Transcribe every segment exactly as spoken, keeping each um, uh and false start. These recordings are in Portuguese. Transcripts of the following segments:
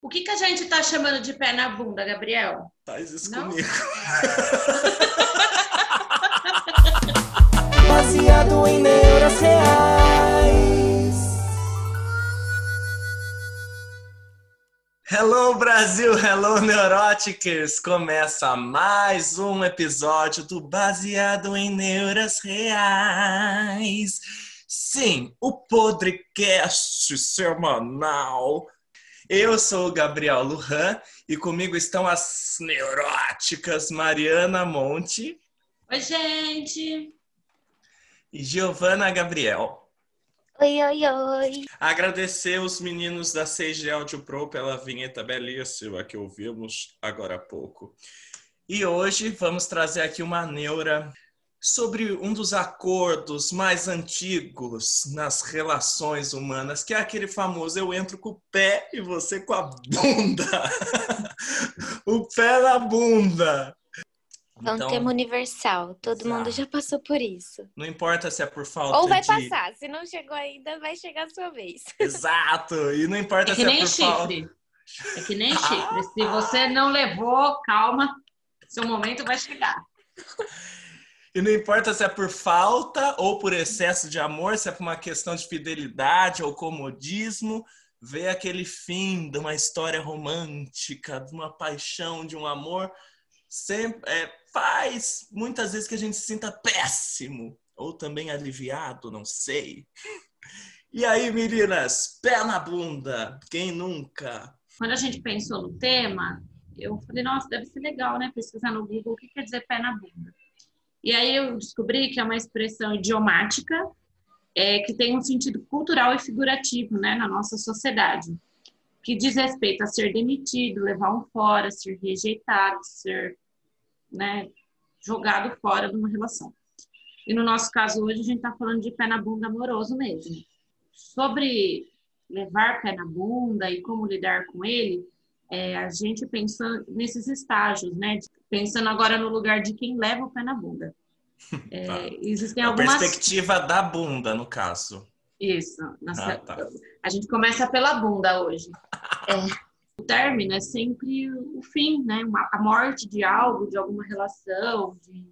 que, que a gente tá chamando de pé na bunda, Gabriel? Faz isso Não? comigo. Baseado em neuras reais. Hello Brasil, hello Neuróticos! Começa mais um episódio do Baseado em Neuras Reais. Sim, o podcast semanal. Eu sou o Gabriel Lujan e comigo estão as neuróticas Mariana Monte. Oi, gente! E Giovana Gabriel. Oi, oi, oi. Agradecer os meninos da Sage Audio Pro pela vinheta belíssima que ouvimos agora há pouco. E hoje vamos trazer aqui uma neura sobre um dos acordos mais antigos nas relações humanas, que é aquele famoso eu entro com o pé e você com a bunda. O pé na bunda. É um Então, tema universal. Todo exato. mundo já passou por isso. Não importa se é por falta Ou vai de... passar. Se não chegou ainda, vai chegar a sua vez. Exato. E não importa É que se é nem por falta... chifre. É que nem chifre. Se você não levou, calma, seu momento vai chegar. E não importa se é por falta ou por excesso de amor, se é por uma questão de fidelidade ou comodismo, ver aquele fim de uma história romântica, de uma paixão, de um amor, sempre é, faz muitas vezes que a gente se sinta péssimo ou também aliviado, não sei. E aí, meninas, pé na bunda, quem nunca? Quando a gente pensou no tema, eu falei, nossa, deve ser legal, né? Pesquisar no Google o que quer dizer pé na bunda. E aí eu descobri que é uma expressão idiomática é, que tem um sentido cultural e figurativo, né, na nossa sociedade, que diz respeito a ser demitido, levar um fora, ser rejeitado, ser, né, jogado fora de uma relação. E no nosso caso hoje a gente está falando de pé na bunda amoroso mesmo. Sobre levar pé na bunda e como lidar com ele, é, a gente pensou nesses estágios, né? Pensando agora no lugar de quem leva o pé na bunda. É, Tá. Existem A algumas... perspectiva da bunda, no caso. Isso. Nossa... Ah, tá. A gente começa pela bunda hoje. É, o término é sempre o fim, né? A morte de algo, de alguma relação, de,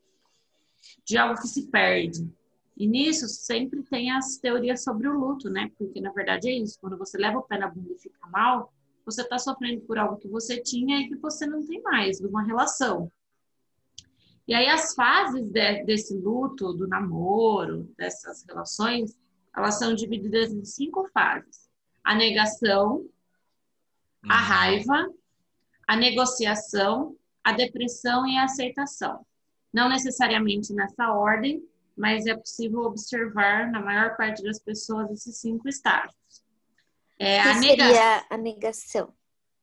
de algo que se perde. E nisso sempre tem as teorias sobre o luto, né? Porque na verdade é isso. Quando você leva o pé na bunda e fica mal, você está sofrendo por algo que você tinha e que você não tem mais, de uma relação. E aí as fases de, desse luto, do namoro, dessas relações, elas são divididas em cinco fases. A negação, a raiva, a negociação, a depressão e a aceitação. Não necessariamente nessa ordem, mas é possível observar na maior parte das pessoas esses cinco estágios. É, O que a nega... seria a negação?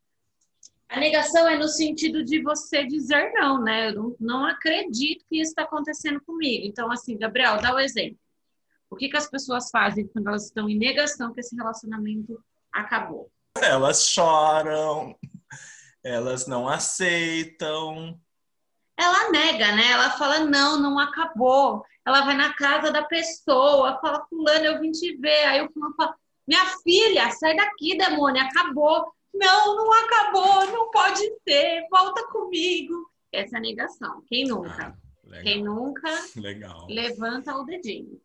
A negação é no sentido de você dizer não, né? Eu não, não acredito que isso está acontecendo comigo. Então, assim, Gabriel, dá o exemplo. O que, que as pessoas fazem quando elas estão em negação que esse relacionamento acabou? Elas choram, elas não aceitam. Ela nega, né? Ela fala, não, não acabou. Ela vai na casa da pessoa, fala, fulano, eu vim te ver. Aí o fulano fala, minha filha, sai daqui, demônio, acabou. Não, não acabou, não pode ser, volta comigo. Essa é a negação. Quem nunca? Ah, legal. Quem nunca, Legal. levanta o dedinho.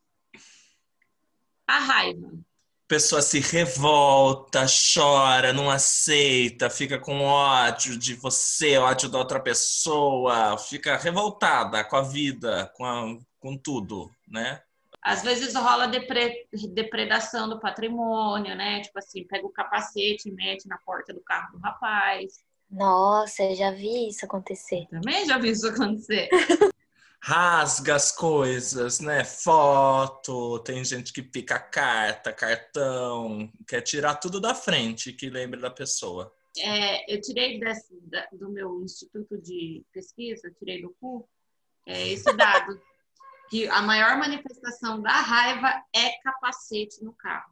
A raiva. A pessoa se revolta, chora, não aceita, fica com ódio de você, ódio da outra pessoa, fica revoltada com a vida, com, a, com tudo, né? Às vezes rola depre... depredação do patrimônio, né? Tipo assim, pega o capacete e mete na porta do carro do rapaz. Nossa, eu já vi isso acontecer. Também já vi isso acontecer. Rasga as coisas, né? Foto, tem gente que pica carta, cartão, quer tirar tudo da frente que lembre da pessoa. É, eu tirei desse, da, do meu instituto de pesquisa, tirei do cu, é, esse dado. Que a maior manifestação da raiva é capacete no carro.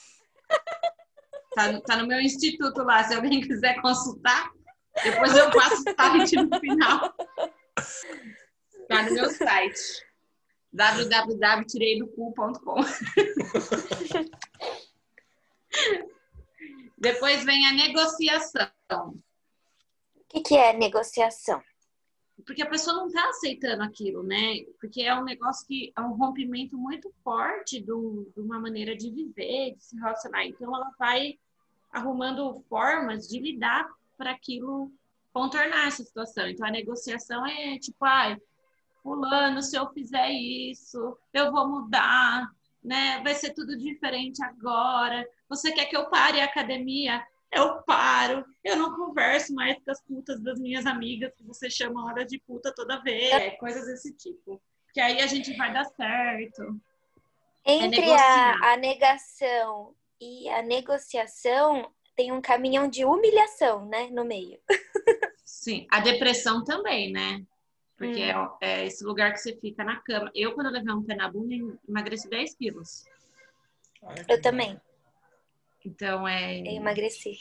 Tá, tá no meu instituto lá, se alguém quiser consultar, depois eu passo o site no final. Tá no meu site. w w w ponto tirei do cu ponto com. Depois vem a negociação. O que, que é negociação? Porque a pessoa não está aceitando aquilo, né? Porque é um negócio que é um rompimento muito forte do, de uma maneira de viver, de se relacionar. Então, ela vai arrumando formas de lidar para aquilo contornar essa situação. Então, a negociação é tipo, ai, fulano, se eu fizer isso, eu vou mudar, né? Vai ser tudo diferente agora. Você quer que eu pare a academia? Eu paro, eu não converso mais com as putas das minhas amigas que você chama hora de puta toda vez. É, coisas desse tipo. Que aí a gente vai dar certo. Entre É a, a negação e a negociação, tem um caminhão de humilhação, né, no meio. Sim, a depressão também, né? Porque Hum. é, é esse lugar que você fica na cama. Eu, quando eu levei um pé na bunda, emagreci dez quilos. Eu também. Então, é, Eu emagreci.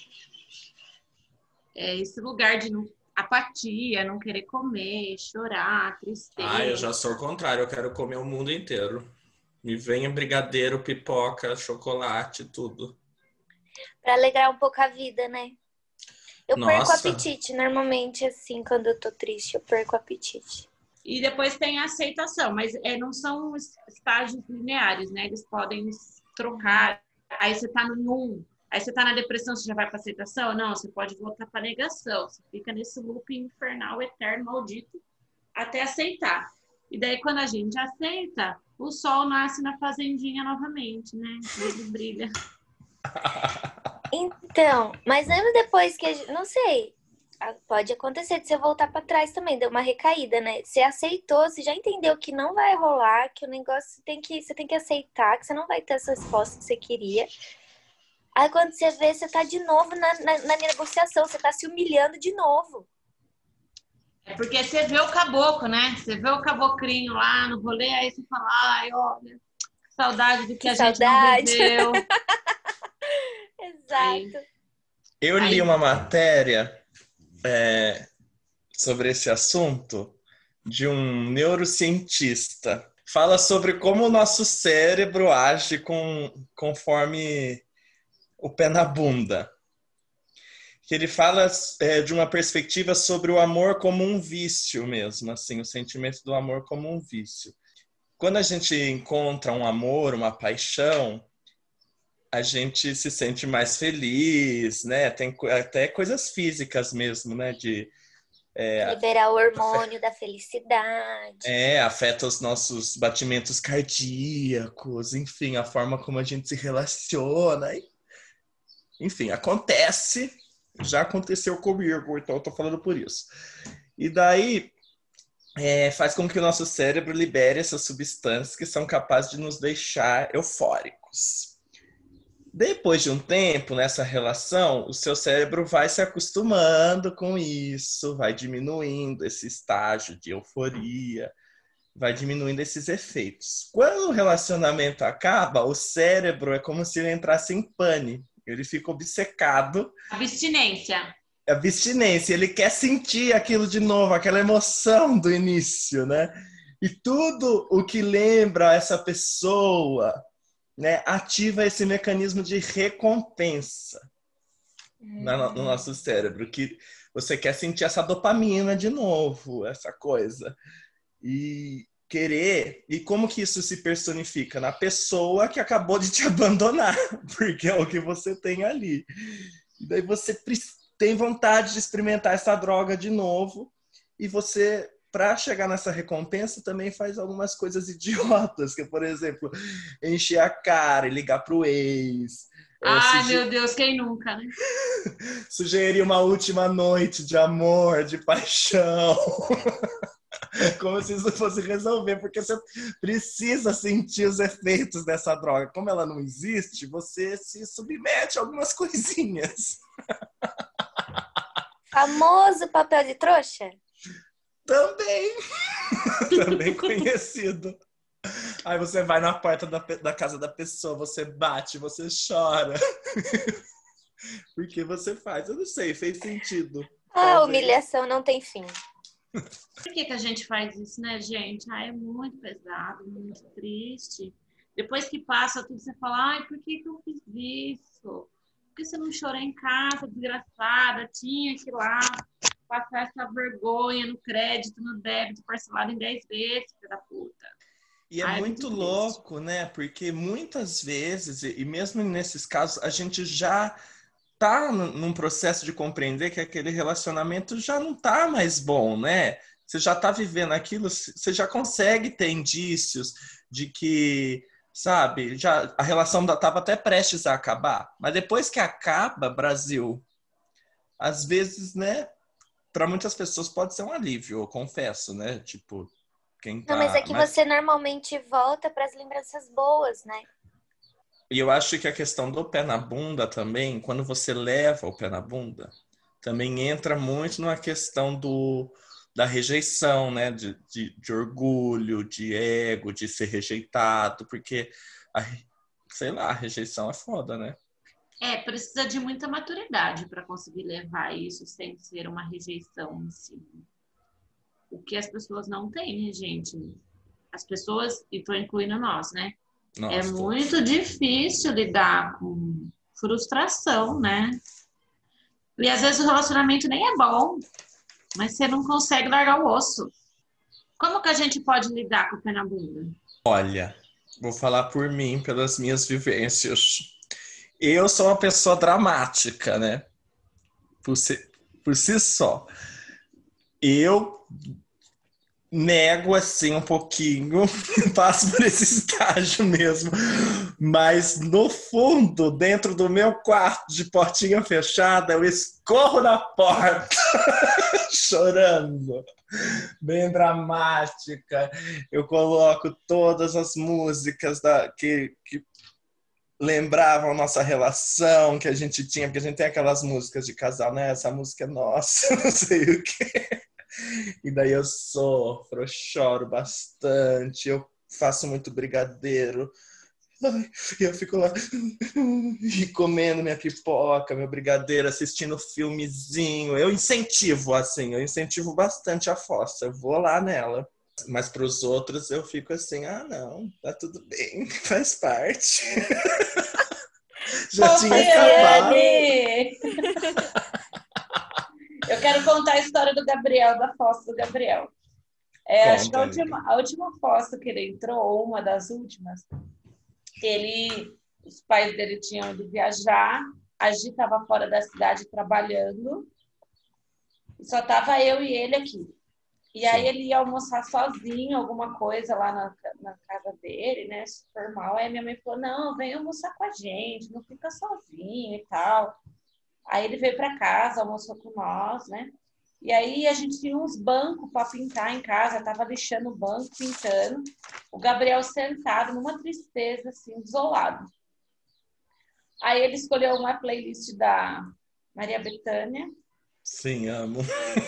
é esse lugar de não, apatia, não querer comer, chorar, tristeza. Ah, eu já sou o contrário, eu quero comer o mundo inteiro. Me venha brigadeiro, pipoca, chocolate, tudo. Pra alegrar um pouco a vida, né? Eu perco o Nossa. apetite, normalmente, assim, quando eu tô triste, eu perco o apetite. E depois tem a aceitação, mas é, não são estágios lineares, né? Eles podem trocar. Aí você tá no um, aí você tá na depressão, você já vai pra aceitação? Não, você pode voltar pra negação. Você fica nesse loop infernal, eterno, maldito, até aceitar. E daí, quando a gente aceita, o sol nasce na fazendinha novamente, né? Ele brilha. Então, mas mesmo depois que a gente, não sei, pode acontecer de você voltar pra trás também, deu uma recaída, né? Você aceitou, você já entendeu que não vai rolar, que o negócio tem que, você tem que aceitar, que você não vai ter essa resposta que você queria. Aí quando você vê, você tá de novo na, na, na negociação, você tá se humilhando de novo. É porque você vê o caboclo, né? Você vê o caboclinho lá no rolê, aí você fala, ai, olha, saudade do que, Que a saudade. gente não viveu. Exato. Eu li Aí- uma matéria é, sobre esse assunto de um neurocientista. Fala sobre como o nosso cérebro age com, conforme o pé na bunda. Que ele fala é, de uma perspectiva sobre o amor como um vício mesmo, assim, o sentimento do amor como um vício. Quando a gente encontra um amor, uma paixão, a gente se sente mais feliz, né? Tem até coisas físicas mesmo, né? De, é, liberar o hormônio da felicidade. É, afeta os nossos batimentos cardíacos, enfim, a forma como a gente se relaciona. Enfim, acontece. Já aconteceu comigo, então eu tô falando por isso. E daí é, faz com que o nosso cérebro libere essas substâncias que são capazes de nos deixar eufóricos. Depois de um tempo nessa relação, o seu cérebro vai se acostumando com isso, vai diminuindo esse estágio de euforia, vai diminuindo esses efeitos. Quando o relacionamento acaba, o cérebro é como se ele entrasse em pane. Ele fica obcecado. Abstinência. Abstinência. Ele quer sentir aquilo de novo, aquela emoção do início, né? E tudo o que lembra essa pessoa, né, ativa esse mecanismo de recompensa hum. no nosso cérebro, que você quer sentir essa dopamina de novo, essa coisa. E querer, e como que isso se personifica? Na pessoa que acabou de te abandonar, porque é o que você tem ali. E daí você tem vontade de experimentar essa droga de novo, e você, para chegar nessa recompensa, também faz algumas coisas idiotas, que, por exemplo, encher a cara e ligar pro ex. Ai, suge... meu Deus, quem nunca, né? Sugerir uma última noite de amor, de paixão. Como se isso fosse resolver, porque você precisa sentir os efeitos dessa droga. Como ela não existe, você se submete a algumas coisinhas. Famoso papel de trouxa? Também. Também conhecido. Aí você vai na porta da, da casa da pessoa, você bate, você chora. Porque você faz, eu não sei, fez sentido. A ah, humilhação não tem fim. Por que que a gente faz isso, né, gente? Ah, é muito pesado, muito triste. Depois que passa tudo, você fala, ai, por que que eu fiz isso? que você não chorou em casa, desgraçada? Tinha que ir lá passar essa vergonha no crédito, no débito, parcelado em dez vezes, filha da puta. E é Ai, muito muito louco, né? Porque muitas vezes, e e mesmo nesses casos, a gente já tá num num processo de compreender que aquele relacionamento já não tá mais bom, né? Você já tá vivendo aquilo, c- você já consegue ter indícios de que, sabe, já a relação da- tava até prestes a acabar. Mas depois que acaba, Brasil, às vezes, né, para muitas pessoas pode ser um alívio, eu confesso, né? Tipo, quem Não, mas é tá, que mas você normalmente volta para as lembranças boas, né? e eu acho que a questão do pé na bunda também, quando você leva o pé na bunda, também entra muito na questão do, da rejeição, né? De, de, de orgulho, de ego, de ser rejeitado, porque, a, re- sei lá, a rejeição é foda, né? É, precisa de muita maturidade para conseguir levar isso sem ser uma rejeição em si. O que as pessoas não têm, né, gente? As pessoas, e tô incluindo nós, né? É Nós muito todos. difícil lidar com frustração, né? E às vezes o relacionamento nem é bom, mas você não consegue largar o osso. Como que a gente pode lidar com o pé na bunda? Olha, vou falar por mim, pelas minhas vivências. Eu sou uma pessoa dramática, né? Por si, por si só. Eu nego assim um pouquinho, passo por esse estágio mesmo, mas no fundo, dentro do meu quarto de portinha fechada, eu escorro na porta, chorando, bem dramática. Eu coloco todas as músicas da, que, que lembravam nossa relação que a gente tinha, porque a gente tem aquelas músicas de casal, né? Essa música é nossa, não sei o quê. E daí eu sofro, eu choro bastante, eu faço muito brigadeiro. Ai, e eu fico lá e comendo minha pipoca, meu brigadeiro, assistindo filmezinho. Eu incentivo, assim, eu incentivo bastante a fossa. Eu vou lá nela. Mas para os outros eu fico assim, ah, não, tá tudo bem, faz parte. Já tinha acabado. Oceane! Eu quero contar a história do Gabriel, da fossa do Gabriel. É, acho que a Conta, amiga. última, a última fossa que ele entrou, ou uma das últimas, ele, os pais dele tinham ido viajar, a Gi estava fora da cidade trabalhando, e só tava eu e ele aqui. E aí Sim. ele ia almoçar sozinho, alguma coisa lá na, na casa dele, né? Super mal. Aí minha mãe falou, não, vem almoçar com a gente, não fica sozinho e tal. Aí ele veio para casa, almoçou com nós, né? E aí a gente tinha uns bancos para pintar em casa, tava lixando o banco, pintando. O Gabriel sentado numa tristeza, assim, desolado. Aí ele escolheu uma playlist da Maria Bethânia. Sim, amo.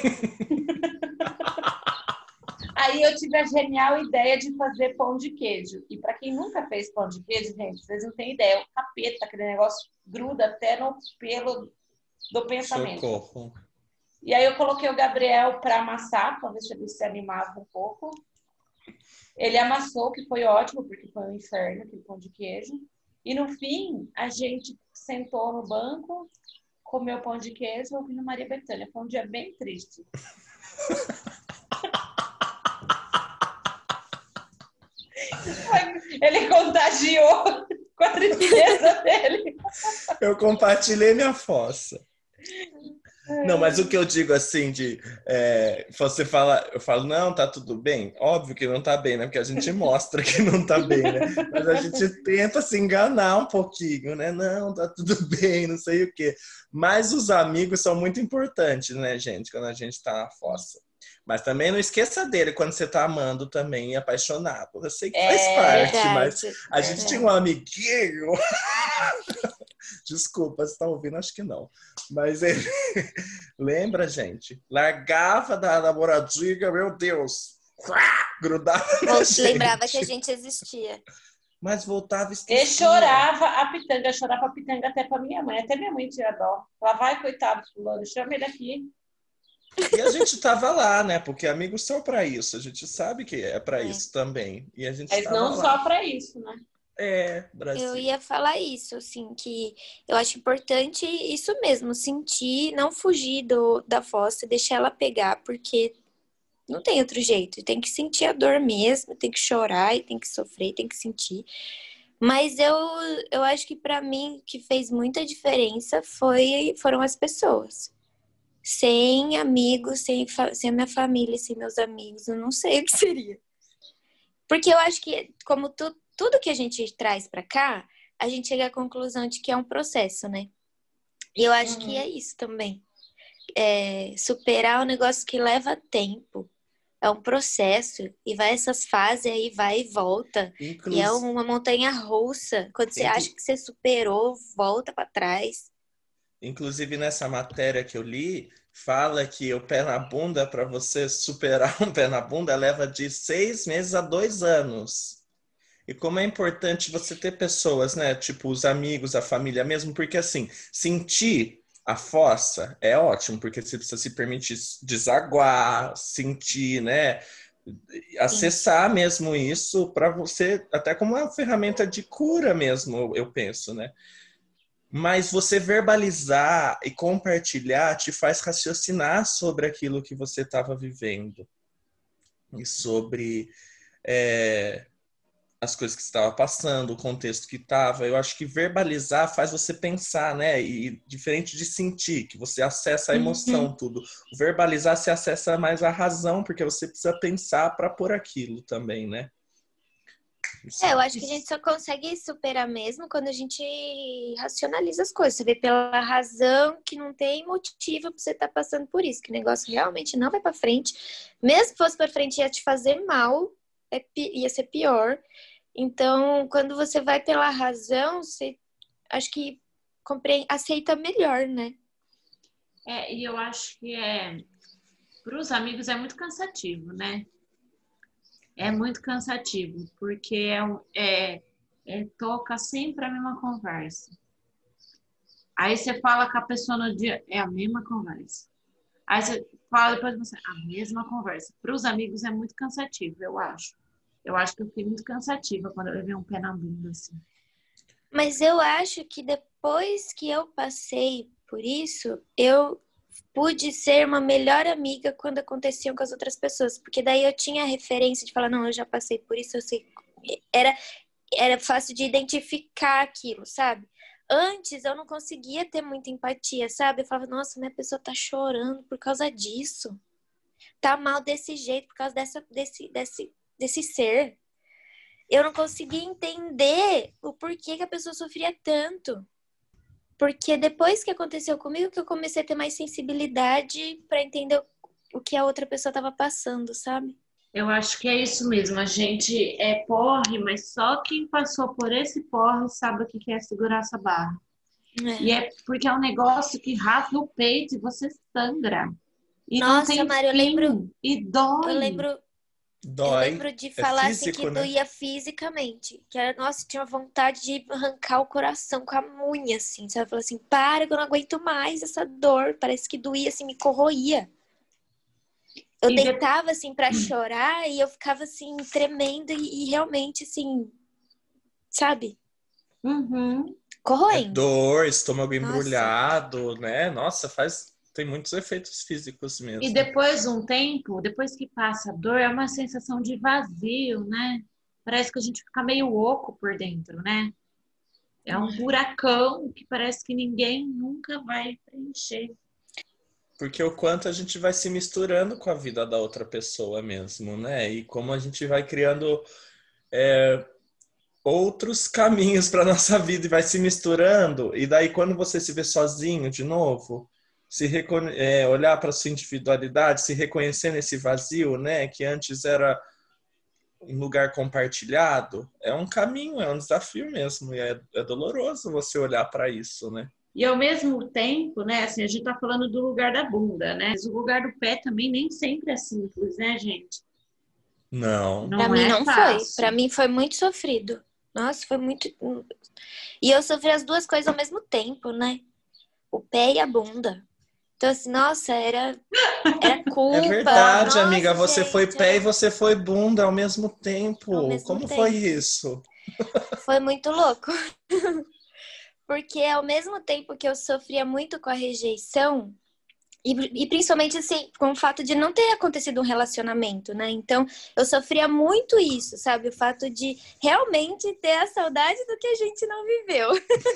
Aí eu tive a genial ideia de fazer pão de queijo. E para quem nunca fez pão de queijo, gente, vocês não têm ideia. O capeta, aquele negócio gruda até no pelo do pensamento. Socorro. E aí eu coloquei o Gabriel para amassar, para ver se ele se animava um pouco. Ele amassou, que foi ótimo, porque foi um inferno, aquele pão de queijo. E no fim, a gente sentou no banco, comeu pão de queijo, ouvindo Maria Bethânia. Foi um dia bem triste. Ele contagiou com a tristeza dele. Eu compartilhei minha fossa. Não, mas o que eu digo assim de é, você fala, eu falo, não, tá tudo bem. Óbvio que não tá bem, né? Porque a gente mostra que não tá bem, né? Mas a gente tenta se enganar um pouquinho, né? Não, tá tudo bem, não sei o quê. Mas os amigos são muito importantes, né, gente? Quando a gente tá na fossa. Mas também não esqueça dele quando você tá amando também e apaixonado. Eu sei que faz É parte, mas verdade. a gente tinha um amiguinho. Desculpa, você tá ouvindo? Acho que não. Mas ele lembra, gente? Largava da namoradinha, meu Deus. Grudava na Ou gente. lembrava que a gente existia. Mas voltava e E esquecia. chorava a pitanga, chorava a pitanga até pra minha mãe. Até minha mãe tinha dó. Ela vai, coitado, fulano, chama ele aqui. E a gente tava lá, né? Porque amigos são pra isso. A gente sabe que é pra É. isso também. E a gente Mas tava não lá. só pra isso, né? É, Eu Brasil. ia falar isso, assim, que eu acho importante isso mesmo, sentir, não fugir do, da fossa, deixar ela pegar, porque não tem outro jeito. Tem que sentir a dor mesmo, tem que chorar e tem que sofrer, tem que sentir. Mas eu, eu acho que pra mim, o que fez muita diferença foi, foram as pessoas. Sem amigos, sem, fa- sem a minha família, sem meus amigos, eu não sei o que seria. Porque eu acho que, como tu, tudo que a gente traz pra cá, a gente chega à conclusão de que é um processo, né? E eu acho que é Uhum. isso também. É superar um negócio que leva tempo. É um processo. E vai essas fases aí, vai e volta. E é Inclus... uma montanha russa. Quando você acha Inclu... que você superou, volta pra trás. Inclusive, nessa matéria que eu li, fala que o pé na bunda, para você superar um pé na bunda, leva de seis meses a dois anos. E como é importante você ter pessoas, né? Tipo, os amigos, a família mesmo, porque assim, sentir a fossa é ótimo, porque você precisa se permitir desaguar, sentir, né? Sim. Acessar mesmo isso para você, até como uma ferramenta de cura mesmo, eu penso, né? Mas você verbalizar e compartilhar te faz raciocinar sobre aquilo que você estava vivendo e sobre é, as coisas que você estava passando, o contexto que estava. Eu acho que verbalizar faz você pensar, né? E diferente de sentir, que você acessa a Uhum. emoção, tudo. O verbalizar você acessa mais a razão, porque você precisa pensar para pôr aquilo também, né? É, Isso. eu acho que a gente só consegue superar mesmo quando a gente racionaliza as coisas. Você vê pela razão que não tem motivo pra você estar passando por isso, que o negócio realmente não vai pra frente. Mesmo que fosse pra frente, ia te fazer mal, é pi- ia ser pior. Então, quando você vai pela razão, você acho que compre... aceita melhor, né? É, e eu acho que é para os amigos é muito cansativo, né? É muito cansativo, porque é, um- é, é toca sempre a mesma conversa. Aí você fala com a pessoa no dia, é a mesma conversa. Aí você fala depois de você, a mesma conversa. Para os amigos é muito cansativo, eu acho. Eu acho que eu fiquei muito cansativa quando eu levei um pé na bunda, assim. Mas eu acho que depois que eu passei por isso, eu pude ser uma melhor amiga quando aconteciam com as outras pessoas, porque daí eu tinha a referência de falar, não, eu já passei por isso, eu sei. Era, era fácil de identificar aquilo, sabe? Antes eu não conseguia ter muita empatia, sabe? Eu falava, nossa, minha pessoa tá chorando por causa disso. Tá mal desse jeito, por causa dessa, desse, desse, desse ser. Eu não conseguia entender o porquê que a pessoa sofria tanto. Porque depois que aconteceu comigo, que eu comecei a ter mais sensibilidade para entender o que a outra pessoa estava passando, sabe? Eu acho que é isso mesmo. A gente é porre, mas só quem passou por esse porre sabe o que que é segurar essa barra. E É. é porque é um negócio que rasga o peito e você sangra. E não Nossa, tem Mário, eu lembro, fim. E eu dói. lembro, eu Dói, lembro de é falar assim que físico, né? doía fisicamente. Que era, nossa, tinha vontade de arrancar o coração com a unha, assim. Sabe? Eu falei assim, para, que eu não aguento mais essa dor. Parece que doía, assim, me corroía. Eu E de... deitava, assim, pra chorar e eu ficava, assim, tremendo e, e realmente, assim, sabe? Uhum. É Corroendo. dor, estômago Nossa. embrulhado, né? Nossa, faz. Tem muitos efeitos físicos E mesmo. depois de um tempo, depois que passa a dor, é uma sensação de vazio, né? Parece que a gente fica meio oco por dentro, né? É um buracão que parece que ninguém nunca vai preencher. Porque o quanto a gente vai se misturando com a vida da outra pessoa mesmo, né? E como a gente vai criando é, outros caminhos para nossa vida e vai se misturando. E daí, quando você se vê sozinho de novo, se recone- é, olhar para sua individualidade, se reconhecer nesse vazio, né? Que antes era um lugar compartilhado, é um caminho, é um desafio mesmo. E é, é doloroso você olhar para isso, né? E ao mesmo tempo, né, assim, a gente tá falando do lugar da bunda, né? Mas o lugar do pé também nem sempre é simples, né, gente? Não. Pra Não mim é não foi. Pra fácil. mim foi muito sofrido. Nossa, foi muito. E eu sofri as duas coisas ao mesmo tempo, né? O pé e a bunda. Então, assim, nossa, era, era É culpa. verdade, amiga. Nossa, Você foi gente, pé e era você foi bunda ao mesmo ao tempo. mesmo Como foi tempo. isso? Foi muito louco. Porque ao mesmo tempo que eu sofria muito com a rejeição, e, e principalmente assim, com o fato de não ter acontecido um relacionamento, né? Então, eu sofria muito isso, sabe? O fato de realmente ter a saudade do que a gente não viveu.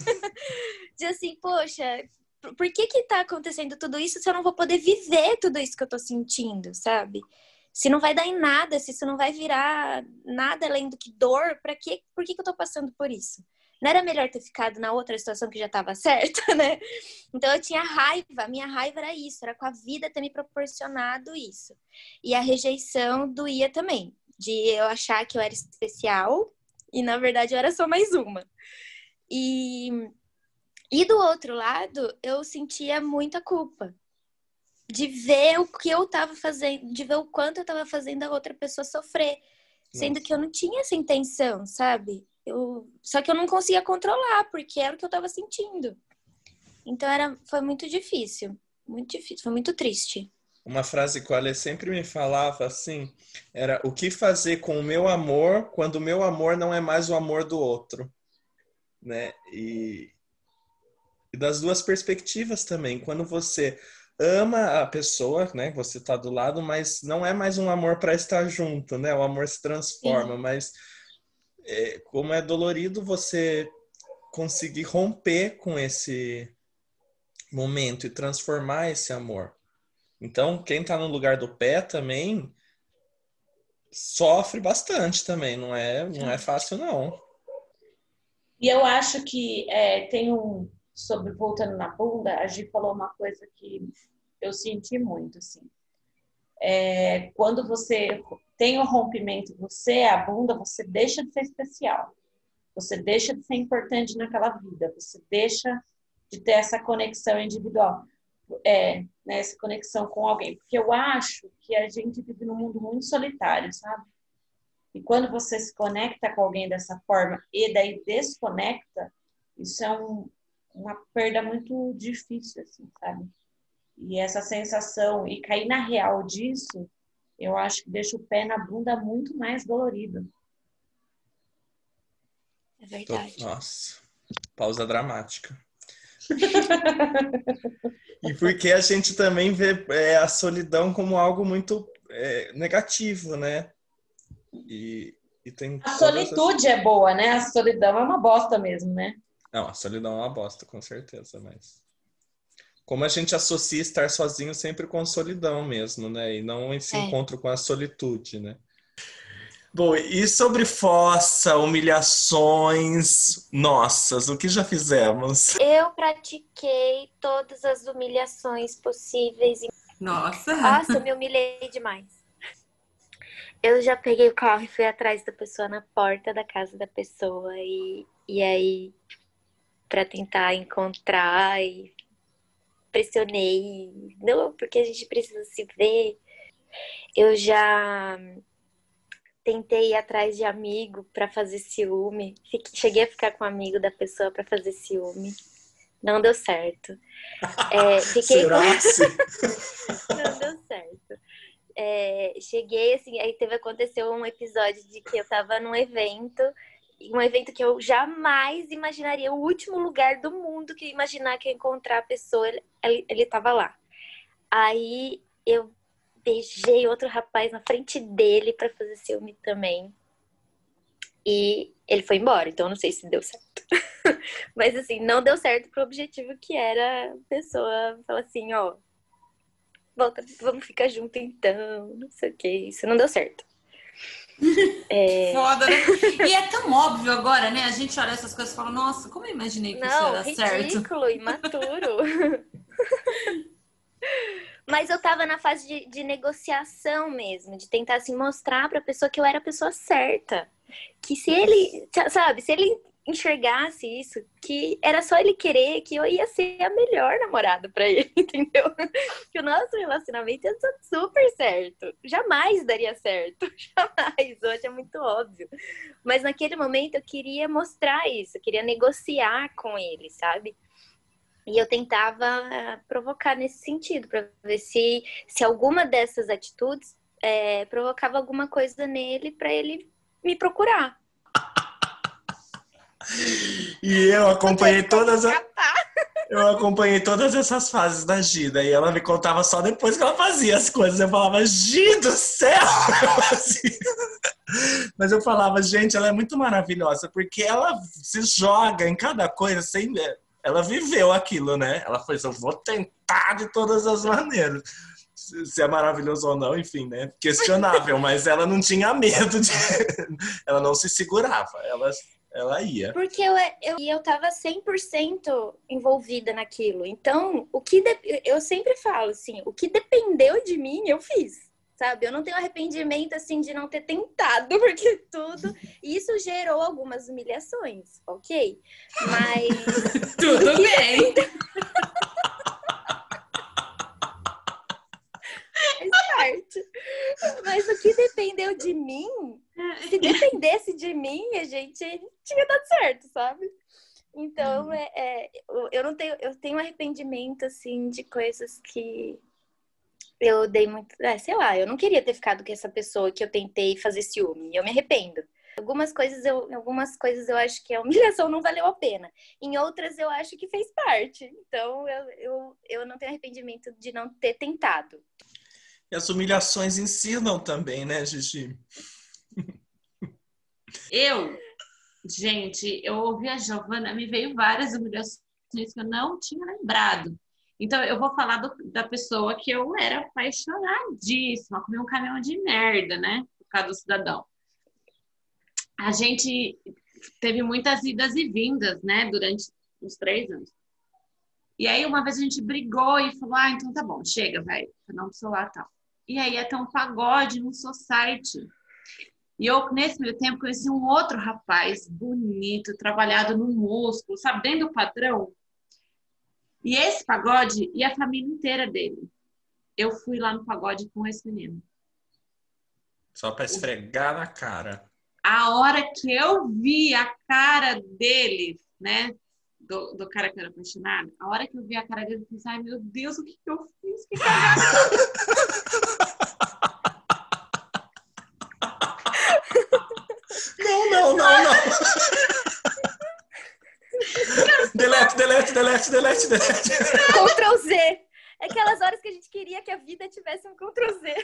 De assim, poxa, por que que tá acontecendo tudo isso se eu não vou poder viver tudo isso que eu tô sentindo, sabe? Se não vai dar em nada, se isso não vai virar nada além do que dor, pra quê? Por que que eu tô passando por isso? Não era melhor ter ficado na outra situação que já estava certa, né? Então eu tinha raiva, a minha raiva era isso, era com a vida ter me proporcionado isso. E a rejeição doía também, de eu achar que eu era especial e na verdade eu era só mais uma. E, e do outro lado, eu sentia muita culpa de ver o que eu estava fazendo, de ver o quanto eu estava fazendo a outra pessoa sofrer, sendo Nossa. que eu não tinha essa intenção, sabe? Eu, só que eu não conseguia controlar, porque era o que eu tava sentindo. Então era, foi muito difícil. Muito difícil, foi muito triste. Uma frase que o Ale sempre me falava assim, era o que fazer com o meu amor quando o meu amor não é mais o amor do outro, né? E, e das duas perspectivas também, quando você ama a pessoa, né? Você tá do lado, mas não é mais um amor para estar junto, né? O amor se transforma, Sim. mas é, como é dolorido você conseguir romper com esse momento e transformar esse amor. Então, quem tá no lugar do pé também sofre bastante também, não é, não é fácil não. E eu acho que é, tem um, sobre voltando na bunda, a Gi falou uma coisa que eu senti muito, assim. É, quando você tem o rompimento, você é a bunda, você deixa de ser especial. Você deixa de ser importante naquela vida. Você deixa de ter essa conexão individual. É, né, essa conexão com alguém. Porque eu acho que a gente vive num mundo muito solitário, sabe? E quando você se conecta com alguém dessa forma e daí desconecta, isso é um, uma perda muito difícil, assim, sabe? E essa sensação, e cair na real disso, eu acho que deixa o pé na bunda muito mais dolorido. É verdade. Nossa, pausa dramática. E porque a gente também vê é, a solidão como algo muito é, negativo, né? E, e tem A todas as... solitude é boa, né? A solidão é uma bosta mesmo, né? Não, a solidão é uma bosta, com certeza, mas... Como a gente associa estar sozinho sempre com a solidão mesmo, né? E não esse É. encontro com a solitude, né? Bom, e sobre fossa, humilhações nossas, o que já fizemos? Eu pratiquei todas as humilhações possíveis. Nossa! Nossa, eu me humilhei demais. Eu já peguei o carro e fui atrás da pessoa na porta da casa da pessoa e, e aí pra tentar encontrar e pressionei. Não, porque a gente precisa se ver. Eu já tentei ir atrás de amigo pra fazer ciúme. Fiquei- Cheguei a ficar com um amigo da pessoa pra fazer ciúme. Não deu certo. É, fiquei com... Será se? Não deu certo. É, cheguei assim, aí teve aconteceu um episódio de que eu tava num evento, um evento que eu jamais imaginaria, o último lugar do mundo que eu imaginar que eu ia encontrar a pessoa, ele, ele, ele tava lá. Aí eu beijei outro rapaz na frente dele pra fazer ciúme também. E ele foi embora, então eu não sei se deu certo. Mas assim, não deu certo pro objetivo que era a pessoa falar assim, ó, volta, vamos ficar junto então, não sei o que, isso não deu certo. É... Foda, né? E é tão óbvio agora, né? A gente olha essas coisas e fala, nossa, como eu imaginei que isso ia Não, dar certo. ridículo, imaturo. Mas eu tava na fase de, de negociação mesmo, de tentar assim, mostrar pra pessoa que eu era a pessoa certa. Que se ele, sabe, se ele enxergasse isso, que era só ele querer, que eu ia ser a melhor namorada pra ele, entendeu? Que o nosso relacionamento ia dar super certo. Jamais daria certo, jamais. Hoje é muito óbvio. Mas naquele momento eu queria mostrar isso, eu queria negociar com ele, sabe? E eu tentava provocar nesse sentido, pra ver se, se alguma dessas atitudes é, provocava alguma coisa nele pra ele me procurar. E eu acompanhei todas as... Catar. Eu acompanhei todas essas fases da Gida e ela me contava só depois que ela fazia as coisas. Eu falava, Gi do céu! Mas eu falava, gente, ela é muito maravilhosa, porque ela se joga em cada coisa sem... Ela viveu aquilo, né? Ela foi, eu vou tentar de todas as maneiras. Se é maravilhoso ou não, enfim, né? Questionável, mas ela não tinha medo de... Ela não se segurava, ela... Ela ia. Porque eu, eu, eu tava cem por cento envolvida naquilo. Então, o que de, eu sempre falo assim, o que dependeu de mim, eu fiz. Sabe? Eu não tenho arrependimento, assim, de não ter tentado, porque tudo... Isso gerou algumas humilhações, ok? Mas... Tudo bem. Faz parte. Mas o que dependeu de mim, se dependesse de mim, a gente tinha dado certo, sabe? Então, é, é, eu não tenho, eu tenho arrependimento, assim, de coisas que eu dei muito... É, sei lá, eu não queria ter ficado com essa pessoa que eu tentei fazer ciúme. Eu me arrependo. Algumas coisas eu, algumas coisas eu acho que a humilhação não valeu a pena. Em outras eu acho que fez parte. Então, eu, eu, eu não tenho arrependimento de não ter tentado. E as humilhações ensinam também, né, Gigi? Eu, gente, eu ouvi a Giovana, me veio várias humilhações que eu não tinha lembrado. Então, eu vou falar do, da pessoa que eu era apaixonadíssima, comi um caminhão de merda, né? Por causa do cidadão. A gente teve muitas idas e vindas, né? Durante uns três anos. E aí, uma vez a gente brigou e falou, ah, então tá bom, chega, vai, cada um pro seu lado e tal. E aí, ia ter um pagode no society. E eu, nesse meio tempo, conheci um outro rapaz bonito, trabalhado no músculo, sabe, dentro do padrão. E esse pagode e a família inteira dele. Eu fui lá no pagode com esse menino. Só pra esfregar na cara. A hora que eu vi a cara dele, né, do, do cara que era apaixonado, a hora que eu vi a cara dele, eu pensei, ai meu Deus, o que, que eu fiz? Que cagada! Não, não, não, não. Delete, delete, delete, delete, delete. Ctrl Z. É aquelas horas que a gente queria que a vida tivesse um Ctrl Z.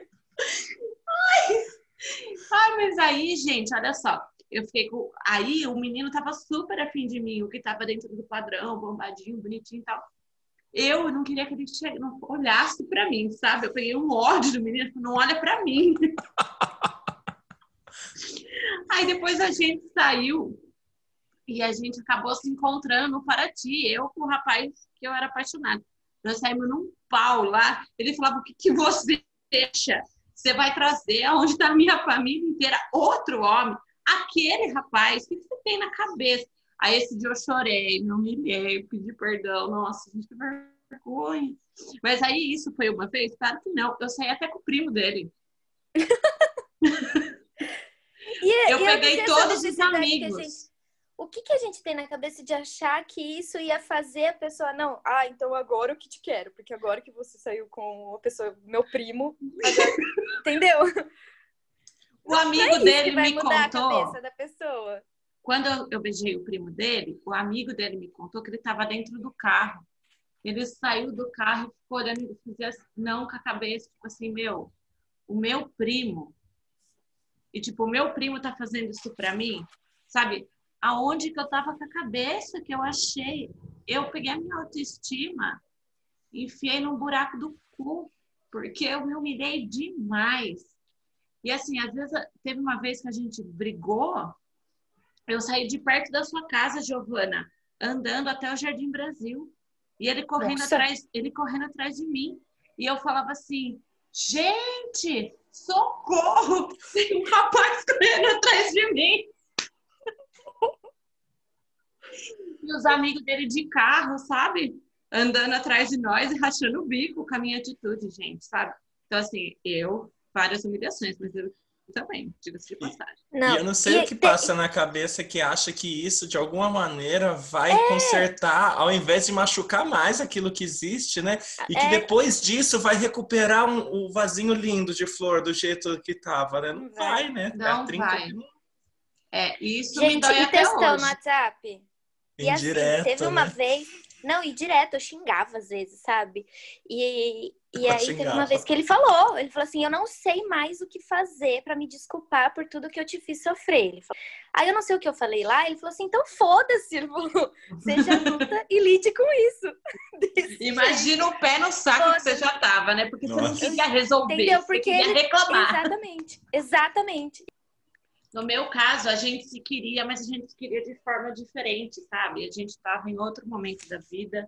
Ai, ai, mas aí, gente, olha só. Eu fiquei com... Aí o menino tava super afim de mim, o que tava dentro do padrão, bombadinho, bonitinho e tal. Eu não queria que ele che... não olhasse pra mim, sabe? Eu peguei um ódio do menino, não olha pra mim. Aí depois a gente saiu e a gente acabou se encontrando no Paraty, eu com o rapaz que eu era apaixonada. Nós saímos num pau lá, ele falava, o que, que você deixa? Você vai trazer aonde está a minha família inteira outro homem? Aquele rapaz, o que você tem na cabeça? Aí esse dia eu chorei, me humilhei, pedi perdão. Nossa, gente, que vergonha. Mas aí isso foi uma vez? Claro que não. Eu saí até com o primo dele. E, eu e peguei eu todos os amigos. Que gente, o que, que a gente tem na cabeça de achar que isso ia fazer a pessoa... Não, ah, então agora eu que te quero. Porque agora que você saiu com a pessoa, meu primo... Agora, entendeu? O amigo é dele vai me mudar contou... a cabeça da pessoa. Quando eu, eu beijei o primo dele, o amigo dele me contou que ele estava dentro do carro. Ele saiu do carro e ficou olhando e fazia não com a cabeça, tipo assim, meu, o meu primo... E, tipo, o meu primo tá fazendo isso pra mim, sabe? Aonde que eu tava com a cabeça que eu achei? Eu peguei a minha autoestima e enfiei num buraco do cu, porque eu me humilhei demais. E, assim, às vezes, teve uma vez que a gente brigou, eu saí de perto da sua casa, Giovana, andando até o Jardim Brasil. E ele correndo, atrás, ele correndo atrás de mim. E eu falava assim, gente... Socorro! Tem um rapaz correndo atrás de mim. E os amigos dele de carro, sabe? Andando atrás de nós e rachando o bico com a minha atitude, gente, sabe? Então, assim, eu, várias humilhações, mas eu também, diga-se de passagem. Não, e eu não sei e o que tem... passa na cabeça que acha que isso, de alguma maneira, vai é. consertar, ao invés de machucar mais aquilo que existe, né? E que é. depois disso vai recuperar um, um vasinho lindo de flor do jeito que tava, né? Não vai, né? Não vai. É, isso me Gente, dói e até textão no hoje. WhatsApp? E assim, Indireto, teve uma né? vez. Não, e direto, eu xingava às vezes, sabe? E, e Eu aí teve uma xingava. vez que ele falou, ele falou assim, eu não sei mais o que fazer pra me desculpar por tudo que eu te fiz sofrer. Ele falou, aí eu não sei o que eu falei lá, ele falou assim, então foda-se, ele falou, seja adulta e lide com isso. Desse Imagina o pé no saco que você Foda-se. já tava, né? Porque você não Nossa. queria resolver, Entendeu? você Porque queria ele. reclamar. Exatamente, exatamente. No meu caso, a gente se queria, mas a gente se queria de forma diferente, sabe? A gente estava em outro momento da vida,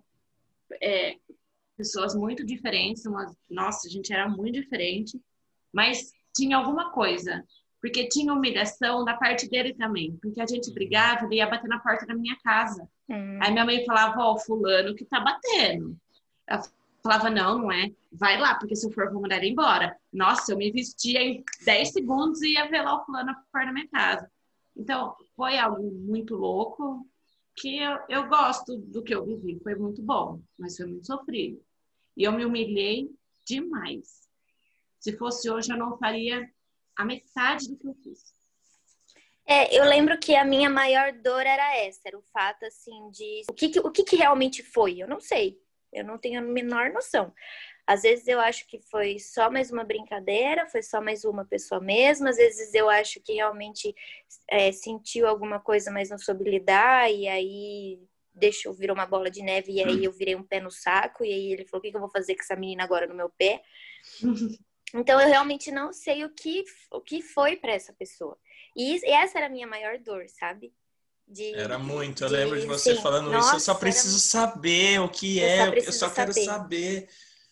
é, pessoas muito diferentes, umas... nossa, a gente era muito diferente, mas tinha alguma coisa, porque tinha humilhação da parte dele também, porque a gente brigava, ele ia bater na porta da minha casa. Hum. Aí minha mãe falava, ó, oh, fulano que tá batendo. Ela falava, não, não é. Vai lá, porque se eu for, vou mandar ele embora. Nossa, eu me vestia em dez segundos e ia ver lá o fulano fora da minha casa. Então, foi algo muito louco, que eu, eu gosto do que eu vivi. Foi muito bom, mas foi muito sofrido. E eu me humilhei demais. Se fosse hoje, eu não faria a metade do que eu fiz. É, eu lembro que a minha maior dor era essa, era o fato, assim, de... O que, que- o que, que realmente foi? Eu não sei. Eu não tenho a menor noção. Às vezes eu acho que foi só mais uma brincadeira, foi só mais uma pessoa mesmo. Às vezes eu acho que realmente é, sentiu alguma coisa, mas não soube lidar, e aí deixou, virou uma bola de neve, e aí eu virei um pé no saco, e aí ele falou, o que que eu vou fazer com essa menina agora no meu pé? Então eu realmente não sei o que, o que foi pra essa pessoa. E isso- e essa era a minha maior dor, sabe? De, Era muito. Eu de- lembro de você sim, falando isso. Eu só nossa, preciso era- saber o que eu é. só Eu preciso só quero saber. saber.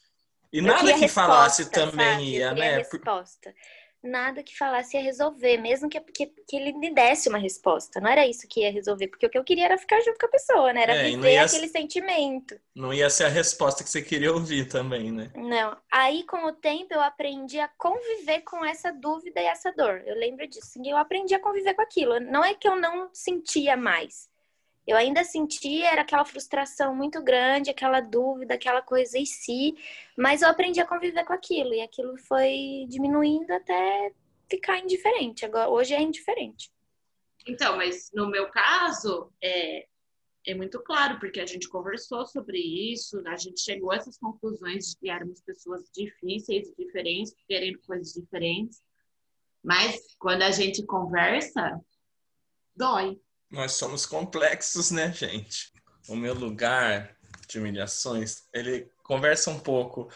E Eu nada queria que falasse resposta, também sabe? Eu ia, queria né? Por- resposta. Nada que falasse ia resolver, mesmo que, que, que ele me desse uma resposta. Não era isso que ia resolver, porque o que eu queria era ficar junto com a pessoa, né? Era É, e não viver ia, aquele sentimento. não ia ser a resposta que você queria ouvir também, né? Não. Aí, com o tempo, eu aprendi a conviver com essa dúvida e essa dor. Eu lembro disso. Eu aprendi a conviver com aquilo. Não é que eu não sentia mais. Eu ainda sentia, era aquela frustração muito grande, aquela dúvida, aquela coisa em si. Mas eu aprendi a conviver com aquilo. E aquilo foi diminuindo até ficar indiferente. Agora, hoje é indiferente. Então, mas no meu caso, é, é muito claro, porque a gente conversou sobre isso, a gente chegou a essas conclusões de que éramos pessoas difíceis, diferentes, querendo coisas diferentes. Mas quando a gente conversa, dói. Nós somos complexos, né, gente? O meu lugar de humilhações, ele conversa um pouco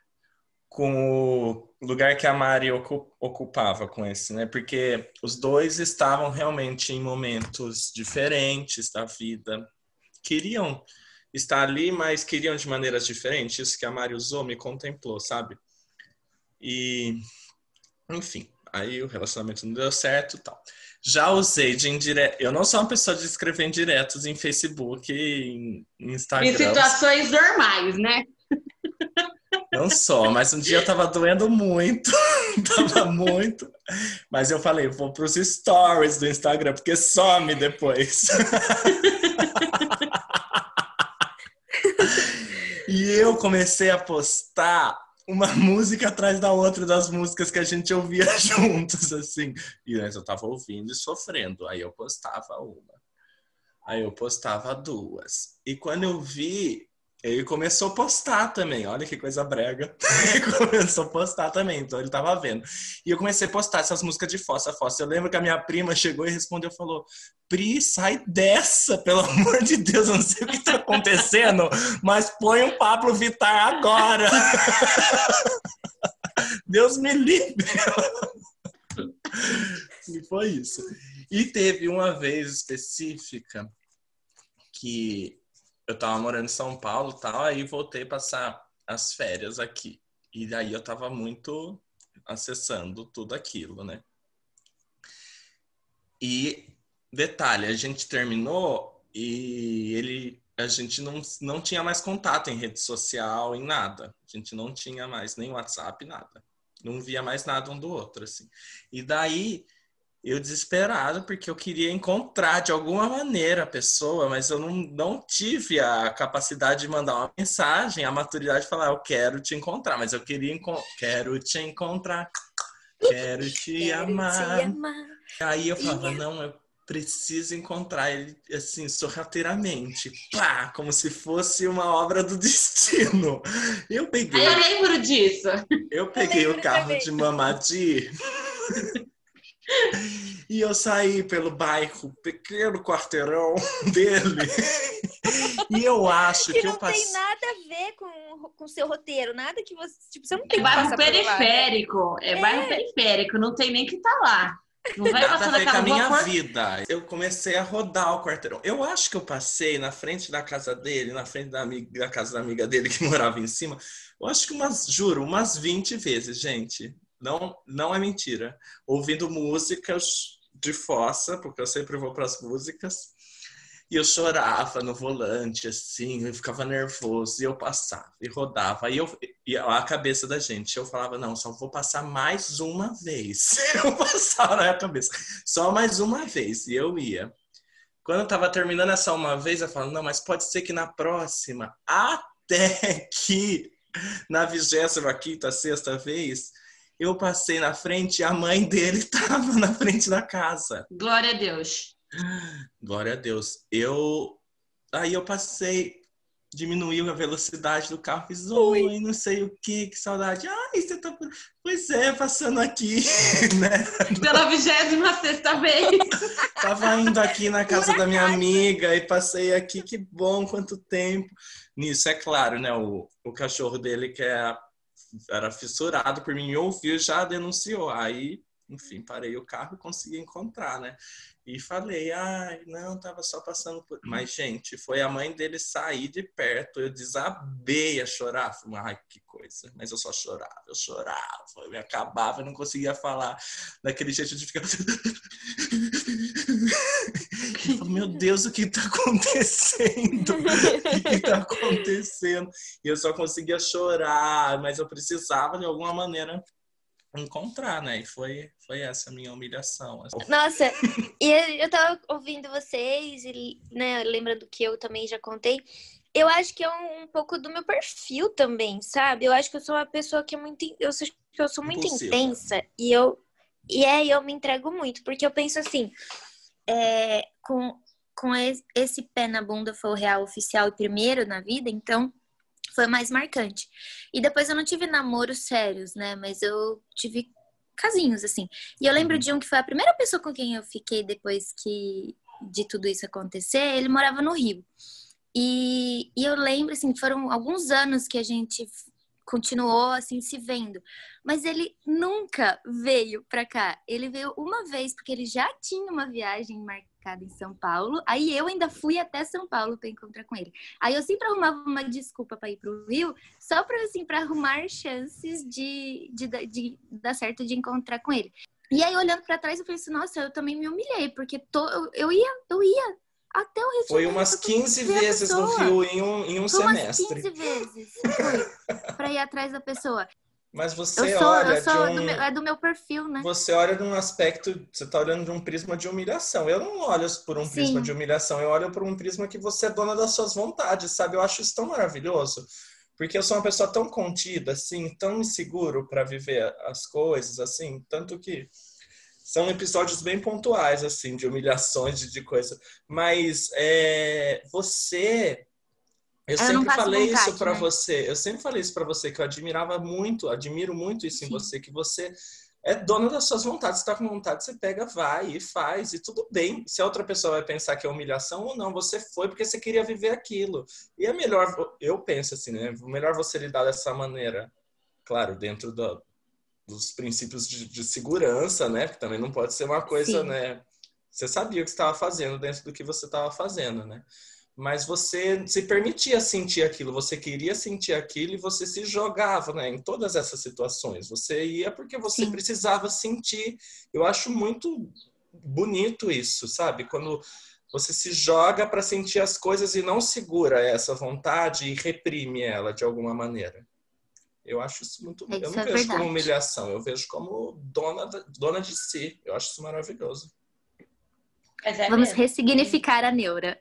com o lugar que a Mari ocu- ocupava com esse, né? Porque os dois estavam realmente em momentos diferentes da vida. Queriam estar ali, mas queriam de maneiras diferentes. Isso que a Mari usou me contemplou, sabe? E, enfim, aí o relacionamento não deu certo e tal. Já usei de indireto. Eu não sou uma pessoa de escrever indiretos em Facebook, em Instagram. Em situações normais, né? Não só, mas um dia eu tava doendo muito, tava muito, mas eu falei, vou pros stories do Instagram, porque some depois. E eu comecei a postar uma música atrás da outra das músicas que a gente ouvia juntos, assim. E antes eu tava ouvindo e sofrendo, aí eu postava uma, aí eu postava duas. E quando eu vi... Ele começou a postar também, olha que coisa brega. Ele começou a postar também, então ele tava vendo. E eu comecei a postar essas músicas de fossa, fossa. Eu lembro que a minha prima chegou e respondeu, falou, Pri, sai dessa, pelo amor de Deus, eu não sei o que tá acontecendo, mas põe um Pablo Vittar agora. Deus me livre. E foi isso. E teve uma vez específica que... eu tava morando em São Paulo e tal, aí voltei passar as férias aqui. E daí eu tava muito acessando tudo aquilo, né? E, detalhe, a gente terminou e ele, a gente não, não tinha mais contato em rede social, em nada. A gente não tinha mais nem WhatsApp, nada. Não via mais nada um do outro, assim. E daí... eu desesperado, porque eu queria encontrar de alguma maneira a pessoa, mas eu não, não tive a capacidade de mandar uma mensagem, a maturidade de falar, eu quero te encontrar, mas eu queria enco- quero te encontrar, quero te Quero amar. te amar. Aí eu falava, E- não, eu preciso encontrar ele, assim, sorrateiramente. Pá, como se fosse uma obra do destino. Eu peguei, Eu lembro disso. eu peguei o carro também. de Mamadi e eu saí pelo bairro, pequeno quarteirão dele. E eu acho Que que não eu tem passei... nada a ver com o seu roteiro, nada que você, tipo, você não É tem que bairro passar por lá, né? periférico. É bairro periférico. Não tem nem que tá lá. Não vai Nada a passar ver com naquela a minha rua por... vida. Eu comecei a rodar o quarteirão. Eu acho que eu passei na frente da casa dele, na frente da, amiga, da casa da amiga dele que morava em cima. Eu acho que umas, juro, umas vinte vezes, gente. Não, não é mentira. Ouvindo músicas de fossa, porque eu sempre vou para as músicas. E eu chorava no volante, assim, eu ficava nervoso, e eu passava, e rodava, e, eu, e a cabeça da gente, eu falava, não, só vou passar mais uma vez. Eu passava na minha cabeça, só mais uma vez, e eu ia. Quando eu tava terminando essa uma vez, eu falava, não, mas pode ser que na próxima, até que na vigésima quinta, sexta vez, eu passei na frente e a mãe dele tava na frente da casa. Glória a Deus. Glória a Deus. Eu aí eu passei, diminuiu a velocidade do carro, fiz oi, não sei o que, que saudade. Ai, você tá. Pois é, passando aqui, né? Pela vigésima sexta vez. Tava indo aqui na casa Por da minha acaso. amiga e passei aqui, que bom, quanto tempo. Nisso, é claro, né? O, o cachorro dele, que é, era fissurado por mim, ouviu, já denunciou. Aí, enfim, parei o carro e consegui encontrar, né? E falei, ai, não, tava só passando por... Mas, gente, foi a mãe dele sair de perto, eu desabei a chorar. Falei, ai, que coisa. Mas eu só chorava, eu chorava, eu me acabava, eu não conseguia falar daquele jeito de ficar... Eu falei, meu Deus, o que tá acontecendo? O que tá acontecendo? E eu só conseguia chorar, mas eu precisava, de alguma maneira... encontrar, né? E foi, foi essa a minha humilhação. Nossa, e eu, eu tava ouvindo vocês, e, né, lembrando que eu também já contei. Eu acho que é um, um pouco do meu perfil também, sabe? Eu acho que eu sou uma pessoa que é muito... Eu sou, eu sou muito Impulsiva. intensa. E eu, e é, eu me entrego muito. Porque eu penso assim, é, com, com esse pé na bunda foi o real oficial e primeiro na vida, então... foi mais marcante. E depois eu não tive namoros sérios, né? Mas eu tive casinhos, assim. E eu lembro de um que foi a primeira pessoa com quem eu fiquei depois que de tudo isso acontecer. Ele morava no Rio. E, e eu lembro, assim, foram alguns anos que a gente continuou, assim, se vendo. Mas ele nunca veio pra cá. Ele veio uma vez, porque ele já tinha uma viagem marcada em São Paulo. Aí eu ainda fui até São Paulo pra encontrar com ele. Aí eu sempre arrumava uma desculpa pra ir pro Rio, só pra, assim, pra arrumar chances de, de, de, de dar certo de encontrar com ele. E aí, olhando pra trás, eu pensei, nossa, eu também me humilhei, porque tô, eu, eu ia, eu ia até o Rio de Foi Janeiro umas pra quinze conhecer a vezes no pessoa. Rio em um, em um Foi umas semestre. quinze vezes fui pra ir atrás da pessoa. Mas Eu você sou, olha eu sou de um... do meu, é do meu perfil, né? Você olha de um aspecto, você tá olhando de um prisma de humilhação. Eu não olho por um prisma Sim. de humilhação, eu olho por um prisma que você é dona das suas vontades, sabe? Eu acho isso tão maravilhoso, porque eu sou uma pessoa tão contida, assim, tão inseguro para viver as coisas, assim, tanto que são episódios bem pontuais, assim, de humilhações, de, de coisa. Mas é, você... Eu, Eu não sempre passo falei vontade, isso para né? você, eu sempre falei isso para você, que eu admirava muito, admiro muito isso em Sim. você, que você é dona das suas vontades, você tá com vontade, você pega, vai e faz, e tudo bem. Se a outra pessoa vai pensar que é humilhação ou não, você foi porque você queria viver aquilo. E é melhor, eu penso assim, né? Melhor você lidar dessa maneira, claro, dentro do, dos princípios de, de segurança, né? Que também não pode ser uma coisa, Sim. né? Você sabia o que você estava fazendo dentro do que você estava fazendo, né? Mas você se permitia sentir aquilo, você queria sentir aquilo e você se jogava, né, em todas essas situações. Você ia porque você Sim. precisava sentir. Eu acho muito bonito isso, sabe? Quando você se joga para sentir as coisas e não segura essa vontade e reprime ela de alguma maneira. Eu acho isso muito... Isso eu não é vejo como verdade. humilhação, eu vejo como dona, dona de si. Eu acho isso maravilhoso. Mas é Vamos mesmo. ressignificar a neura.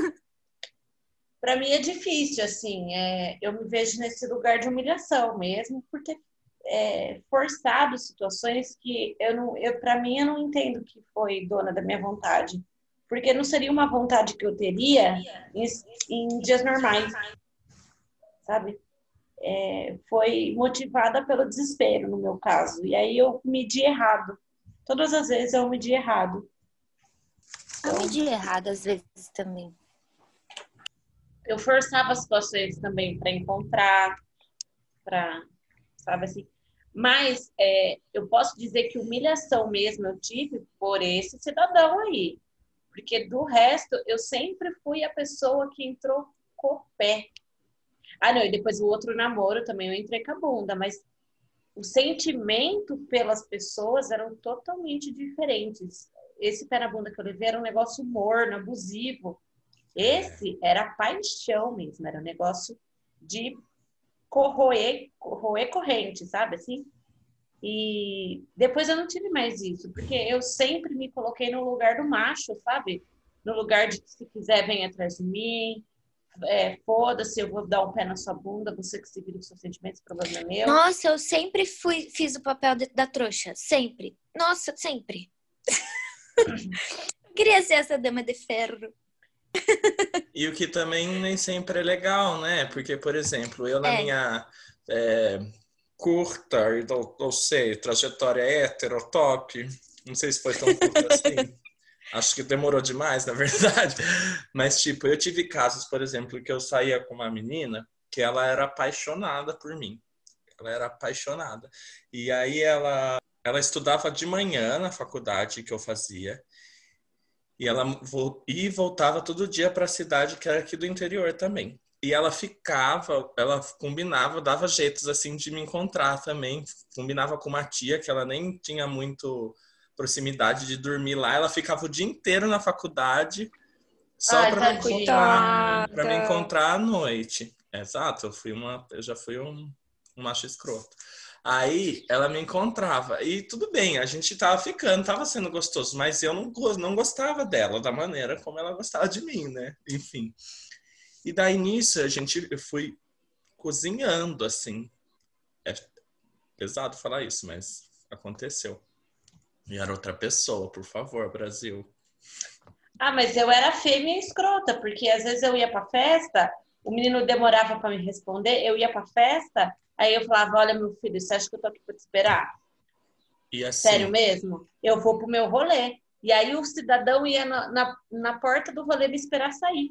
Para mim é difícil, assim, é, eu me vejo nesse lugar de humilhação mesmo, porque é forçado situações que eu não, eu, para mim, eu não entendo que foi dona da minha vontade. porque não seria uma vontade que eu teria em, em dias normais, sabe? É, foi motivada pelo desespero, no meu caso. E aí eu medi errado. Todas as vezes eu medi errado. Eu medi errado às vezes também. Eu forçava as situações também para encontrar, para, sabe assim. Mas é, eu posso dizer que humilhação mesmo eu tive por esse cidadão aí. Porque do resto, eu sempre fui a pessoa que entrou com o pé. Ah, não, e depois o outro namoro também eu entrei com a bunda, mas o sentimento pelas pessoas eram totalmente diferentes. Esse pé na bunda que eu levei era um negócio morno, abusivo. Esse era paixão mesmo, era um negócio de corroer, corroer corrente, sabe assim? E depois eu não tive mais isso, porque eu sempre me coloquei no lugar do macho, sabe? No lugar de que se quiser vem atrás de mim, é, foda-se, eu vou dar um pé na sua bunda, você que se vira com seus sentimentos, o problema é meu. Nossa, eu sempre fui, fiz o papel de- da trouxa, sempre. Nossa, sempre. Eu queria ser essa dama de ferro. E o que também nem sempre é legal, né? Porque, por exemplo, eu na É. minha é, curta e não, não sei, trajetória hétero, top, não sei se foi tão curta assim. Acho que demorou demais, na verdade. Mas, tipo, eu tive casos, por exemplo, que eu saía com uma menina que ela era apaixonada por mim. Ela era apaixonada. E aí ela, ela estudava de manhã na faculdade que eu fazia. E ela vo- e voltava todo dia para a cidade que era aqui do interior também. E ela ficava, ela combinava, dava jeitos assim de me encontrar também. Combinava com uma tia que ela nem tinha muito proximidade de dormir lá. Ela ficava o dia inteiro na faculdade só Ai, para me tadinha. encontrar, para me Coitada. encontrar à noite. Exato, eu fui uma, eu já fui um, um macho escroto. Aí ela me encontrava e tudo bem, a gente tava ficando, tava sendo gostoso, mas eu não, go- não gostava dela da maneira como ela gostava de mim, né? Enfim. E daí nisso a gente, eu fui cozinhando, assim. É pesado falar isso, mas aconteceu. E era outra pessoa, por favor, Brasil. Ah, mas eu era fêmea escrota, porque às vezes eu ia pra festa, o menino demorava pra me responder, eu ia pra festa, aí eu falava, olha, meu filho, você acha que eu tô aqui pra te esperar? E Sério assim, mesmo? Eu vou pro meu rolê. E aí o cidadão ia na, na, na porta do rolê me esperar sair.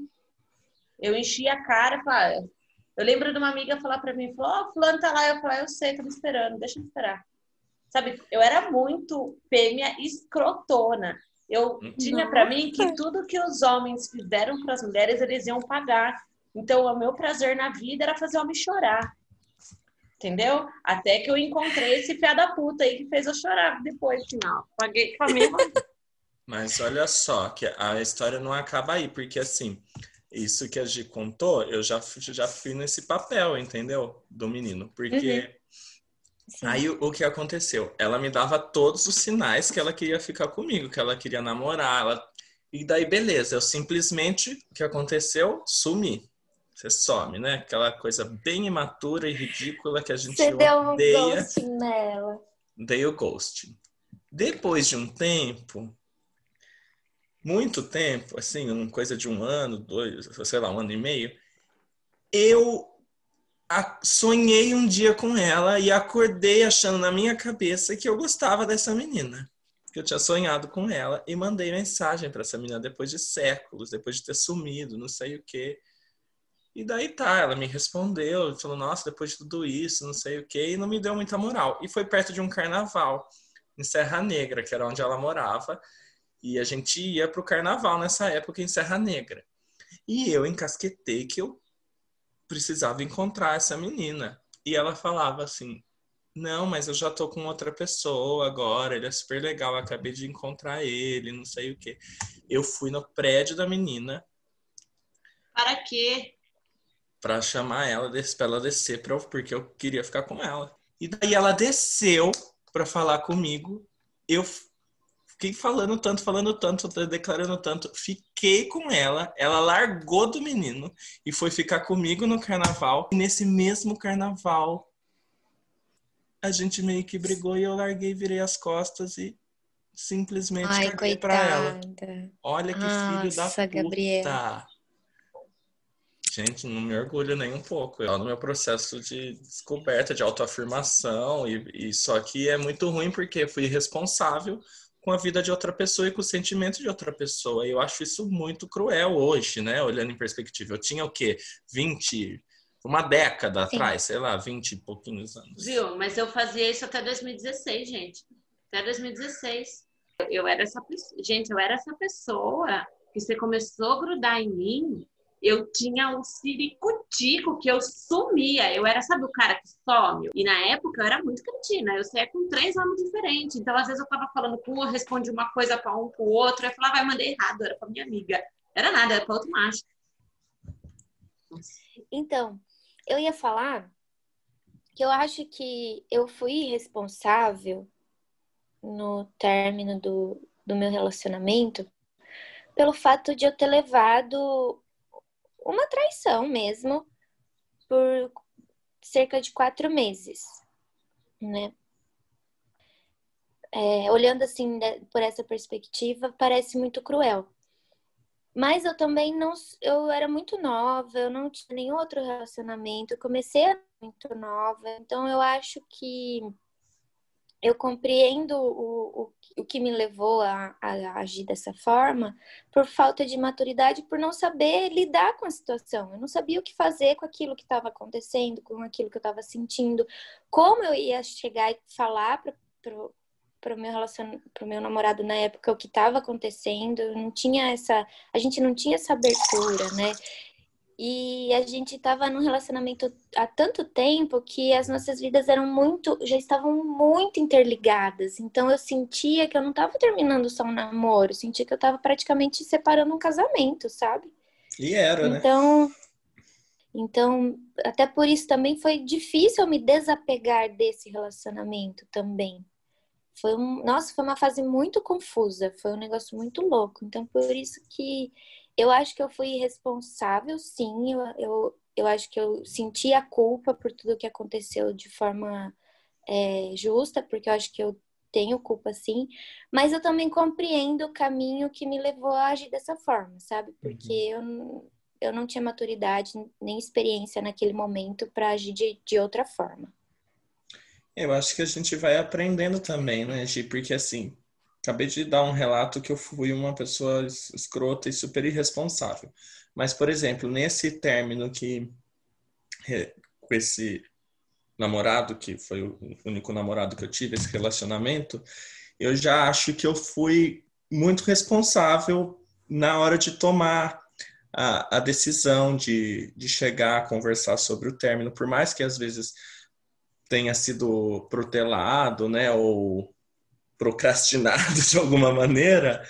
Eu enchia a cara e falava... Eu lembro de uma amiga falar pra mim, falou, ó, oh, fulano tá lá. Eu falei, eu sei, tô me esperando, deixa eu esperar. Sabe, eu era muito fêmea escrotona. Eu tinha pra mim que tudo que os homens fizeram pras mulheres, eles iam pagar. Então, o meu prazer na vida era fazer o homem chorar. Entendeu? Até que eu encontrei esse piada da puta aí que fez eu chorar depois, no final. Paguei com a mesma... mas olha só, que a história não acaba aí, porque assim, isso que a Gi contou, eu já, fui- já fui nesse papel, entendeu? Do menino. Porque Sim. aí o o que aconteceu? Ela me dava todos os sinais que ela queria ficar comigo, que ela queria namorar. Ela... E daí, beleza, eu simplesmente, o que aconteceu? Sumi. Você some, né? Aquela coisa bem imatura e ridícula que a gente Você deu um odeia. ghosting nela. Dei o ghosting. Depois de um tempo, muito tempo, assim, uma coisa de um ano, dois, sei lá, um ano e meio, eu a- sonhei um dia com ela e acordei achando na minha cabeça que eu gostava dessa menina. Que eu tinha sonhado com ela e mandei mensagem para essa menina depois de séculos, depois de ter sumido, não sei o quê. E daí tá, ela me respondeu, falou, nossa, depois de tudo isso, não sei o quê, e não me deu muita moral. E foi perto de um carnaval, em Serra Negra, que era onde ela morava, e a gente ia pro carnaval nessa época em Serra Negra. E eu encasquetei que eu precisava encontrar essa menina. E ela falava assim, não, mas eu já tô com outra pessoa agora, ele é super legal, eu acabei de encontrar ele, não sei o quê. Eu fui no prédio da menina Para quê? pra chamar ela, des- pra ela descer, pra eu- porque eu queria ficar com ela. E daí ela desceu pra falar comigo, eu fiquei falando tanto, falando tanto, declarando tanto, fiquei com ela, ela largou do menino e foi ficar comigo no carnaval. E nesse mesmo carnaval, a gente meio que brigou e eu larguei, virei as costas e simplesmente Ai, caguei pra ela. coitada. Olha que filho da Nossa, Gabriela. puta. Gente, não me orgulho nem um pouco. Eu no meu processo de descoberta, de autoafirmação, e, e só que é muito ruim porque fui responsável com a vida de outra pessoa e com o sentimento de outra pessoa. E eu acho isso muito cruel hoje, né? Olhando em perspectiva. Eu tinha o quê? vinte, uma década Sim. atrás, sei lá, vinte e pouquinhos anos. Viu? Mas eu fazia isso até dois mil e dezesseis, gente. Até dois mil e dezesseis. Eu, eu era essa pessoa. Gente, eu era essa pessoa que você começou a grudar em mim. Eu tinha um ciricutico que eu sumia. Eu era, sabe, o cara que some? E na época eu era muito cretina. Eu saía com três anos diferentes. Então, às vezes, eu tava falando com um, eu respondi uma coisa pra um, pro outro. Eu falava, vai, mandei errado. Era pra minha amiga. Era nada, era pra outro macho. Então, eu ia falar que eu acho que eu fui responsável no término do, do meu relacionamento pelo fato de eu ter levado uma traição mesmo por cerca de quatro meses, né? É, olhando assim, né, por essa perspectiva, parece muito cruel. Mas eu também não... Eu era muito nova, eu não tinha nenhum outro relacionamento, eu comecei muito nova, então eu acho que eu compreendo o, o, o que me levou a, a agir dessa forma por falta de maturidade, por não saber lidar com a situação. Eu não sabia o que fazer com aquilo que estava acontecendo, com aquilo que eu estava sentindo, como eu ia chegar e falar para o meu relacion... pro meu namorado na época o que estava acontecendo. Eu não tinha essa... A gente não tinha essa abertura, né? E a gente estava num relacionamento há tanto tempo que as nossas vidas eram muito, já estavam muito interligadas. Então eu sentia que eu não estava terminando só um namoro, eu sentia que eu estava praticamente separando um casamento, sabe? E era, né? Então, então, até por isso também foi difícil eu me desapegar desse relacionamento também. Foi um, nossa, foi uma fase muito confusa, foi um negócio muito louco. Então, por isso que eu acho que eu fui responsável, sim. Eu, eu, eu acho que eu senti a culpa por tudo que aconteceu de forma é, justa, porque eu acho que eu tenho culpa, sim. Mas eu também compreendo o caminho que me levou a agir dessa forma, sabe? Porque uhum. eu, eu não tinha maturidade nem experiência naquele momento para agir de, de outra forma. Eu acho que a gente vai aprendendo também, né, Gi? Porque assim... Acabei de dar um relato que eu fui uma pessoa escrota e super irresponsável. Mas, por exemplo, nesse término que... Com esse namorado, que foi o único namorado que eu tive, esse relacionamento, eu já acho que eu fui muito responsável na hora de tomar a, a decisão de, de chegar a conversar sobre o término. Por mais que, às vezes, tenha sido protelado, né, ou... procrastinado de alguma maneira,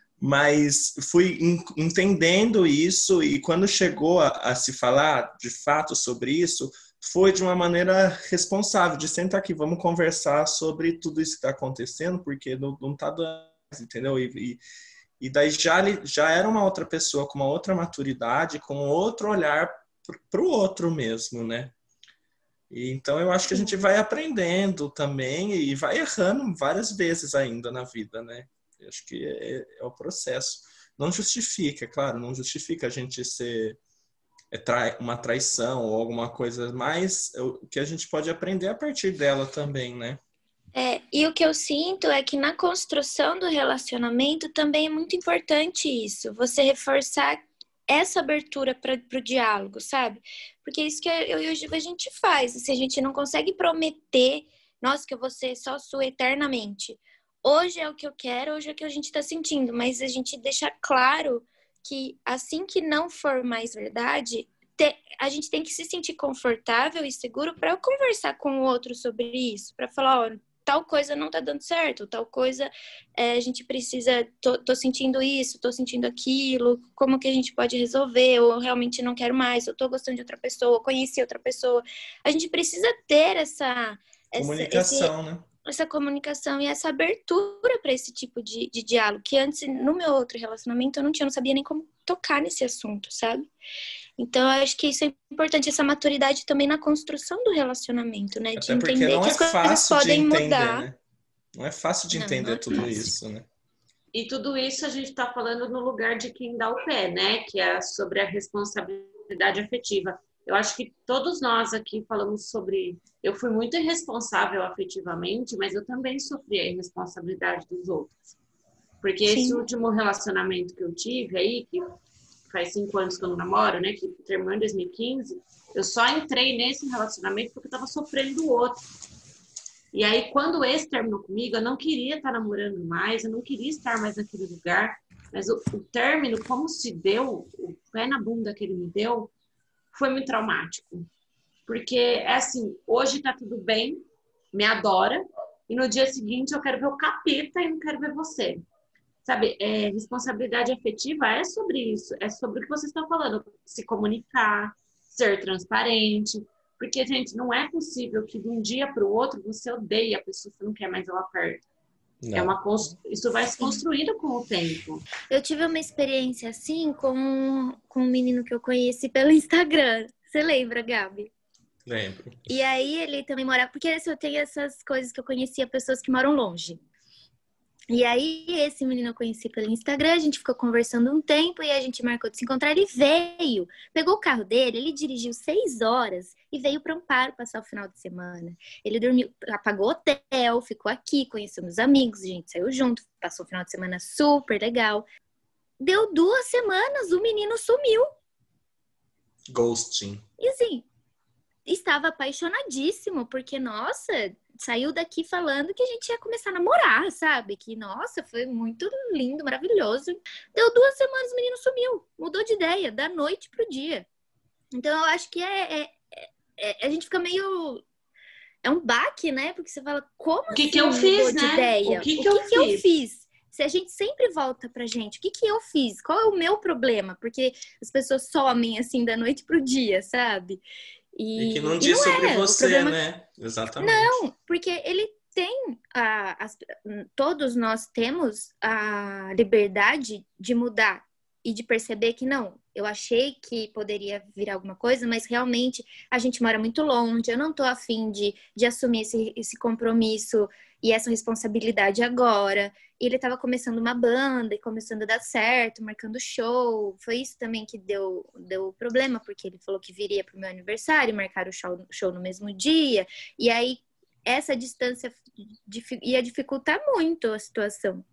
mas fui entendendo isso e quando chegou a, a se falar de fato sobre isso, foi de uma maneira responsável, de sentar aqui, vamos conversar sobre tudo isso que está acontecendo, porque não, não tá dando, entendeu? E, e, e daí já, já era uma outra pessoa com uma outra maturidade, com outro olhar para o outro mesmo, né? Então, eu acho que a gente vai aprendendo também e vai errando várias vezes ainda na vida, né? Eu acho que é, é o processo. Não justifica, claro, não justifica a gente ser uma traição ou alguma coisa, mas o que a gente pode aprender a partir dela também, né? É, e o que eu sinto é que na construção do relacionamento também é muito importante isso, você reforçar essa abertura para o diálogo, sabe? Porque é isso que eu e o Giva a gente faz. Assim, a gente não consegue prometer, nossa, que eu vou ser só sua eternamente. Hoje é o que eu quero, hoje é o que a gente está sentindo, mas a gente deixa claro que assim que não for mais verdade, te, a gente tem que se sentir confortável e seguro para conversar com o outro sobre isso, para falar, ó, tal coisa não tá dando certo, tal coisa é, a gente precisa, tô, tô sentindo isso, tô sentindo aquilo, como que a gente pode resolver, ou eu realmente não quero mais, eu tô gostando de outra pessoa, conheci outra pessoa. A gente precisa ter essa... Comunicação, essa, esse, né? Essa comunicação e essa abertura para esse tipo de, de diálogo, que antes, no meu outro relacionamento, eu não tinha, eu não sabia nem como tocar nesse assunto, sabe? Então, eu acho que isso é importante, essa maturidade também na construção do relacionamento, né? De Até porque entender não que é as coisas fácil de podem entender, mudar. né? Não é fácil de Não, entender não é tudo fácil. isso, né? E tudo isso a gente está falando no lugar de quem dá o pé, né? Que é sobre a responsabilidade afetiva. Eu acho que todos nós aqui falamos sobre... Eu fui muito irresponsável afetivamente, mas eu também sofri a irresponsabilidade dos outros. Porque Sim. esse último relacionamento que eu tive aí, que faz cinco anos que eu não namoro, né? Que terminou em dois mil e quinze, eu só entrei nesse relacionamento porque eu estava sofrendo o outro. E aí, quando esse terminou comigo, eu não queria estar namorando mais, eu não queria estar mais naquele lugar, mas o, o término, como se deu, o pé na bunda que ele me deu, foi muito traumático. Porque, é assim, hoje tá tudo bem, me adora, e no dia seguinte eu quero ver o capeta e não quero ver você. Sabe, é, responsabilidade afetiva é sobre isso, é sobre o que vocês estão falando, se comunicar, ser transparente. Porque, gente, não é possível que de um dia para o outro você odeie a pessoa, você não quer mais ela perto. Não. É uma constru... Isso vai se construindo com o tempo. Eu tive uma experiência assim com, com um menino que eu conheci pelo Instagram. Você lembra, Gabi? Lembro. E aí ele também morava... Porque assim, eu tenho essas coisas que eu conhecia pessoas que moram longe. E aí esse menino eu conheci pelo Instagram, a gente ficou conversando um tempo e a gente marcou de se encontrar. Ele veio, pegou o carro dele, ele dirigiu seis horas e veio para Amparo passar o final de semana. Ele dormiu, pagou hotel, ficou aqui, conheceu meus amigos, a gente saiu junto, passou o final de semana super legal. Deu duas semanas, o menino sumiu. Ghosting. E assim, estava apaixonadíssimo, porque, nossa, saiu daqui falando que a gente ia começar a namorar, sabe? Que, nossa, foi muito lindo, maravilhoso. Deu duas semanas, o menino sumiu, mudou de ideia, da noite pro dia. Então, eu acho que é, é, é a gente fica meio... É um baque, né? Porque você fala, como O que assim que eu mudou fiz, de né? ideia? O que que o que eu que eu fiz? fiz? Se a gente sempre volta pra gente, o que que eu fiz? Qual é o meu problema? Porque as pessoas somem, assim, da noite pro dia, sabe? E E, que não e diz não sobre é, o você, problema... né? Exatamente. Não, porque ele tem, a, as, todos nós temos a liberdade de mudar e de perceber que não, eu achei que poderia virar alguma coisa, mas realmente a gente mora muito longe, eu não tô afim de, de assumir esse, esse compromisso e essa responsabilidade agora. E ele estava começando uma banda e começando a dar certo, marcando show. Foi isso também que deu, deu problema, porque ele falou que viria pro meu aniversário, marcar o show, show no mesmo dia. E aí, essa distância ia dificultar muito a situação.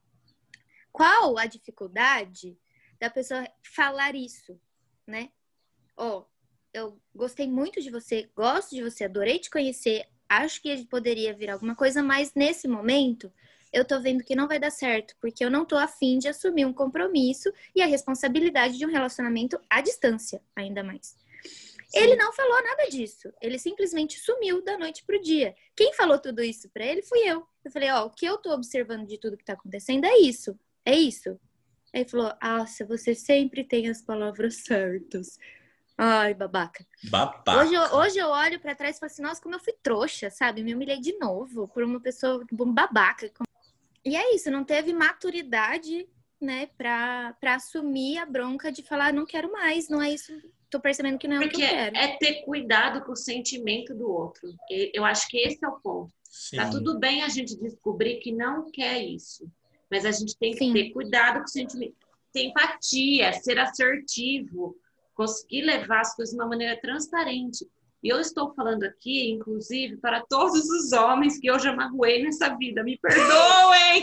Qual a dificuldade da pessoa falar isso, né? Ó, oh, eu gostei muito de você, gosto de você, adorei te conhecer, acho que poderia vir alguma coisa, mas nesse momento eu tô vendo que não vai dar certo, porque eu não tô afim de assumir um compromisso e a responsabilidade de um relacionamento à distância, ainda mais. Sim. Ele não falou nada disso, ele simplesmente sumiu da noite pro dia. Quem falou tudo isso pra ele fui eu. Eu falei, ó, oh, o que eu tô observando de tudo que tá acontecendo é isso, é isso. Aí ele falou, nossa, você sempre tem as palavras certas. Ai, babaca. Babaca. Hoje eu, hoje eu olho pra trás e falo assim, nossa, como eu fui trouxa, sabe? Me humilhei de novo por uma pessoa, um babaca. E é isso, não teve maturidade, né, pra, pra assumir a bronca de falar, não quero mais, não é isso, tô percebendo que não é Porque o que eu quero. É ter cuidado com o sentimento do outro. Eu acho que esse é o ponto. Sim. Tá tudo bem a gente descobrir que não quer isso. Mas a gente tem que Sim. ter cuidado com o sentimento. Ter empatia, ser assertivo, conseguir levar as coisas de uma maneira transparente. E eu estou falando aqui, inclusive, para todos os homens que eu já magoei nessa vida. Me perdoem!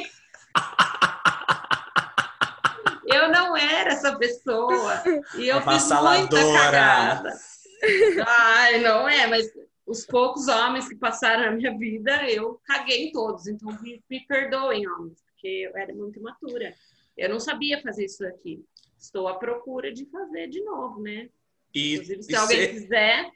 Eu não era essa pessoa. E eu fiz muita cagada. Ai, não é, mas os poucos homens que passaram na minha vida, eu caguei em todos. Então, me, me perdoem, homens. Porque eu era muito imatura. Eu não sabia fazer isso aqui. Estou à procura de fazer de novo, né? E, Inclusive, se e alguém cê... quiser...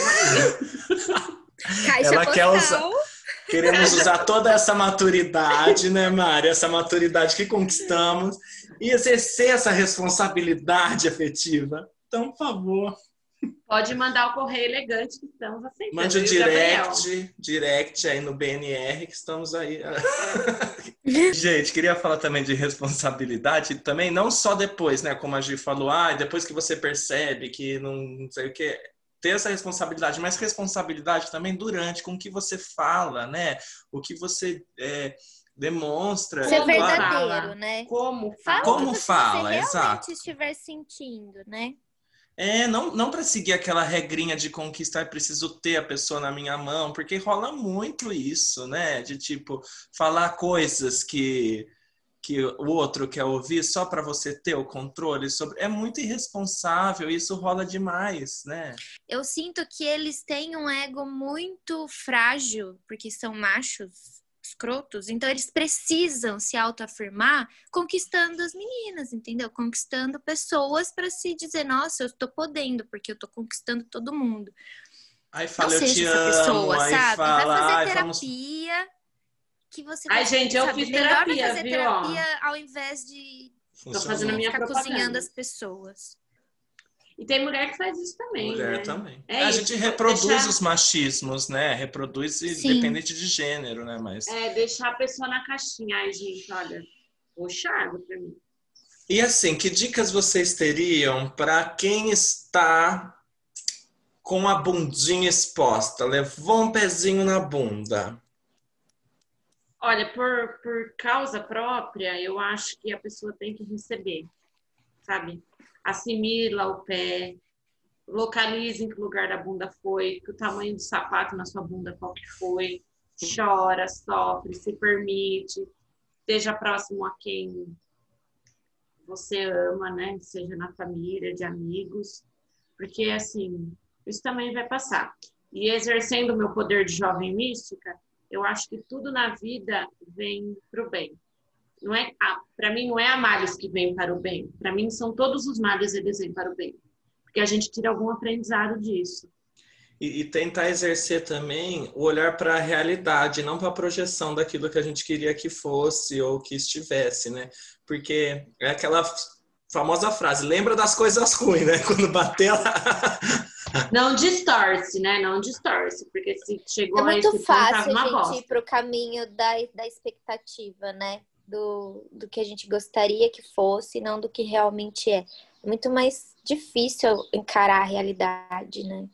Caixa Ela postal. quer usar... Queremos usar toda essa maturidade, né, Mari? Essa maturidade que conquistamos e exercer essa responsabilidade afetiva. Então, por favor... Pode mandar o correio elegante que estamos aceitando. Mande o direct, direct aí no B N R que estamos aí. Gente, queria falar também de responsabilidade, também não só depois, né? Como a Gi falou, ah, depois que você percebe que não, não sei o que, ter essa responsabilidade, mas responsabilidade também durante, com o que você fala, né? O que você é, demonstra. Ser Como verdadeiro, fala? né? Como Fala fala? Como o que você fala, realmente exato. estiver sentindo, né? É, não, não para seguir aquela regrinha de conquistar, preciso ter a pessoa na minha mão, porque rola muito isso, né? De tipo, falar coisas que, que o outro quer ouvir só para você ter o controle sobre. É muito irresponsável, isso rola demais, né? Eu sinto que eles têm um ego muito frágil, porque são machos escrotos, então eles precisam se autoafirmar conquistando as meninas, entendeu? Conquistando pessoas para se dizer, nossa, eu tô podendo, porque eu tô conquistando todo mundo. Aí Não fala, eu te seja essa amo, pessoa, aí sabe? Vai fala, fazer ai, vamos... terapia, que você Ai, vai, gente, eu sabe? fiz Melhor vai terapia, fazer viu? Ó, terapia ao invés de, tô fazendo a Funcionou. de minha ficar cozinhando propaganda. as pessoas. E tem mulher que faz isso também, Mulher né? também. É A isso, gente reproduz deixar, os machismos, né? Reproduz Sim. independente de gênero, né? Mas... é, deixar a pessoa na caixinha. Ai, gente, olha, puxado pra mim. E assim, que dicas vocês teriam para quem está com a bundinha exposta? Levou um pezinho na bunda. Olha, por, por causa própria, eu acho que a pessoa tem que receber, sabe? Assimila o pé, localize em que lugar da bunda foi, que o tamanho do sapato na sua bunda qual que foi, chora, sofre, se permite, esteja próximo a quem você ama, né? Seja na família, de amigos, porque assim, isso também vai passar. E exercendo o meu poder de jovem mística, eu acho que tudo na vida vem para o bem. Não é, para mim não é a males que vem para o bem. Para mim são todos os males eles vêm para o bem, porque a gente tira algum aprendizado disso. E, e tentar exercer também o olhar para a realidade, não para a projeção daquilo que a gente queria que fosse ou que estivesse, né? Porque é aquela famosa frase, lembra das coisas ruins, né? Quando bater lá... Não distorce, né? Não distorce, porque se chegou É a muito esse ponto, tava fácil a uma gente bosta. ir pro caminho da, da expectativa, né? Do, do que a gente gostaria que fosse, não do que realmente é. É muito mais difícil encarar a realidade, né?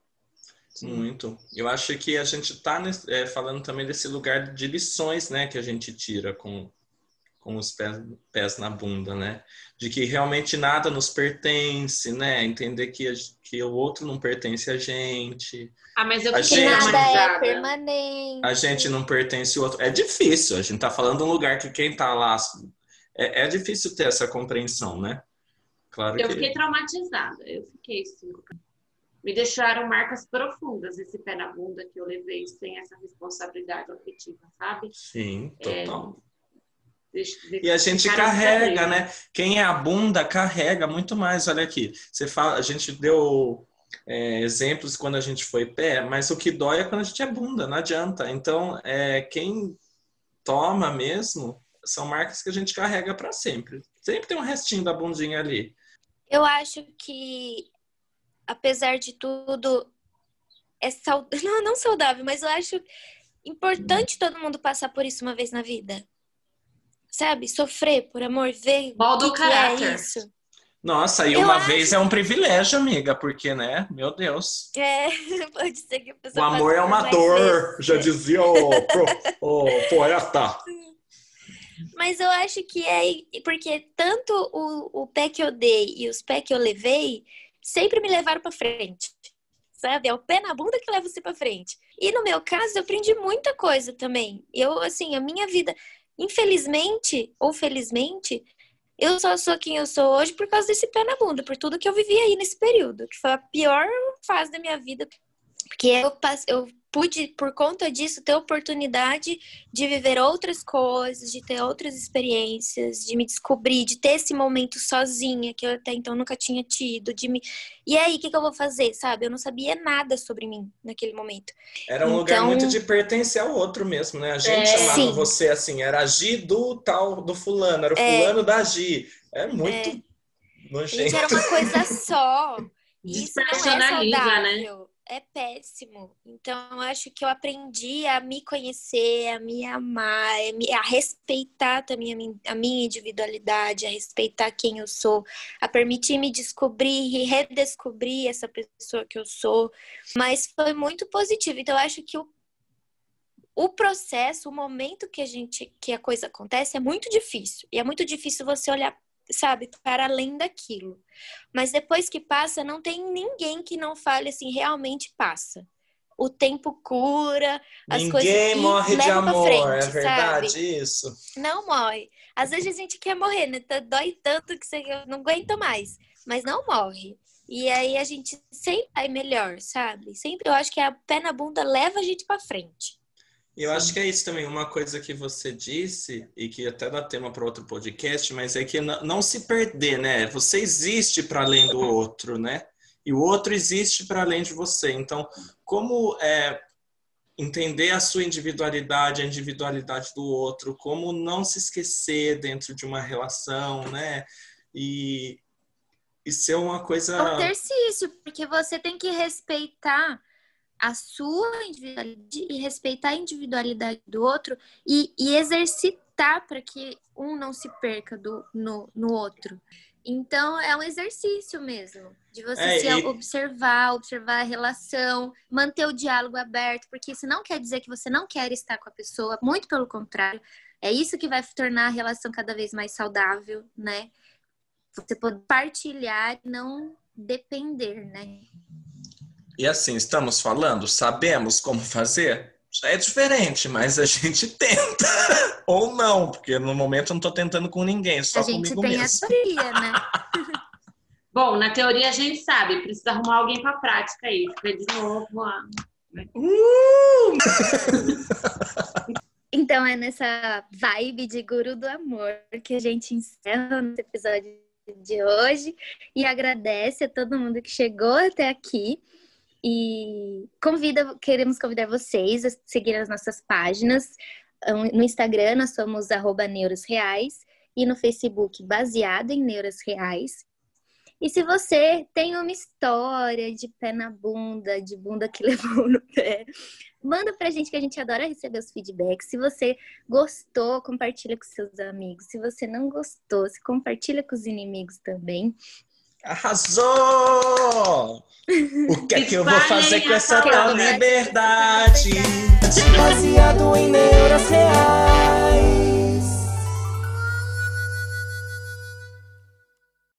Muito. Eu acho que a gente está é, falando também desse lugar de lições, né? Que a gente tira com, com os pés, pés na bunda, né? De que realmente nada nos pertence, né? Entender que, a, que o outro não pertence a gente. Ah, mas eu A fiquei Que gente- nada é traumatizada. permanente. A gente não pertence ao outro. É difícil, a gente tá falando de um lugar que quem tá lá... É, é difícil ter essa compreensão, né? Claro Eu que... fiquei traumatizada. Eu fiquei, sim. Me deixaram marcas profundas esse pé na bunda que eu levei sem essa responsabilidade afetiva, sabe? Sim, total. Deixa- E a gente ficaram carrega, cicatriz. né? Quem é a bunda carrega muito mais. Olha aqui, você fala, a gente deu é, exemplos quando a gente foi pé, mas o que dói é quando a gente é bunda, não adianta. Então, é, quem toma mesmo são marcas que a gente carrega para sempre. Sempre tem um restinho da bundinha ali. Eu acho que, apesar de tudo, é saud... não, não saudável, mas eu acho importante todo mundo passar por isso uma vez na vida. Sabe? Sofrer por amor, ver Molda o o que, que é caráter. isso. Nossa, e Eu uma acho vez é um privilégio, amiga, porque, né? Meu Deus. É, pode ser que a O pessoa amor passe é por uma mais dor, vezes, já né? dizia o, pro- o poeta. Mas eu acho que é porque tanto o, o pé que eu dei e os pés que eu levei sempre me levaram pra frente. Sabe? É o pé na bunda que leva você pra frente. E no meu caso, eu aprendi muita coisa também. Eu, assim, a minha vida, infelizmente ou felizmente, eu só sou quem eu sou hoje por causa desse pé na bunda, por tudo que eu vivi aí nesse período, que foi a pior fase da minha vida. Porque eu, passe- eu pude, por conta disso, ter oportunidade de viver outras coisas, de ter outras experiências, de me descobrir, de ter esse momento sozinha, que eu até então nunca tinha tido. De me... E aí, o que, que eu vou fazer, sabe? Eu não sabia nada sobre mim naquele momento. Era um lugar Então, muito de pertencer ao outro mesmo, né? A gente É. chamava sim. você assim, era a Gi do tal, do fulano, era o É. fulano da Gi. É muito É. A gente nojento. era uma coisa só. E isso não é Despersonaliza, né? saudável. é péssimo. Então, eu acho que eu aprendi a me conhecer, a me amar, a me- a respeitar também a min- a minha individualidade, a respeitar quem eu sou, a permitir me descobrir e redescobrir essa pessoa que eu sou. Mas foi muito positivo. Então, eu acho que o, o processo, o momento que a gente, que a coisa acontece é muito difícil. E é muito difícil você olhar, sabe, para além daquilo. Mas depois que passa, não tem ninguém que não fale assim, realmente passa. O tempo cura, as coisas Ninguém e morre de leva pra amor, frente, é sabe? verdade isso? Não morre. Às vezes a gente quer morrer, né? Tá- Dói tanto que você não aguenta mais. Mas não morre. E aí a gente sempre vai melhor, sabe? Sempre eu acho que a pé na bunda leva a gente pra frente. E eu acho que é isso também, uma coisa que você disse, e que até dá tema para outro podcast, mas é que n- não se perder, né? Você existe para além do outro, né? E o outro existe para além de você. Então, como é, entender a sua individualidade, a individualidade do outro, como não se esquecer dentro de uma relação, né? E, e ser uma É um coisa... exercício, porque você tem que respeitar a sua individualidade e respeitar a individualidade do outro e, e exercitar para que um não se perca do, no, no outro. Então, é um exercício mesmo, de você É, se e- observar, observar a relação, manter o diálogo aberto, porque isso não quer dizer que você não quer estar com a pessoa, muito pelo contrário. É isso que vai tornar a relação cada vez mais saudável, né? Você pode partilhar e não depender, né? E assim, estamos falando, sabemos como fazer? Já é diferente, mas a gente tenta. Ou não, porque no momento eu não estou tentando com ninguém, só A gente comigo tem mesmo. a teoria, né? Bom, na teoria a gente sabe, precisa arrumar alguém pra prática aí. Fica de novo. ah, Uh! Então é nessa vibe de guru do amor que a gente encerra o episódio de hoje e agradece a todo mundo que chegou até aqui e convida, queremos convidar vocês a seguir as nossas páginas. No Instagram nós somos arroba Neuras Reais e no Facebook baseado em Neuras Reais. E se você tem uma história de pé na bunda, de bunda que levou no pé, manda pra gente que a gente adora receber os feedbacks. Se você gostou, compartilha com seus amigos. Se você não gostou, se compartilha com os inimigos também. Arrasou! O que é que eu vou fazer com essa Espalhem a tal palavra. liberdade? Baseado em neuras reais.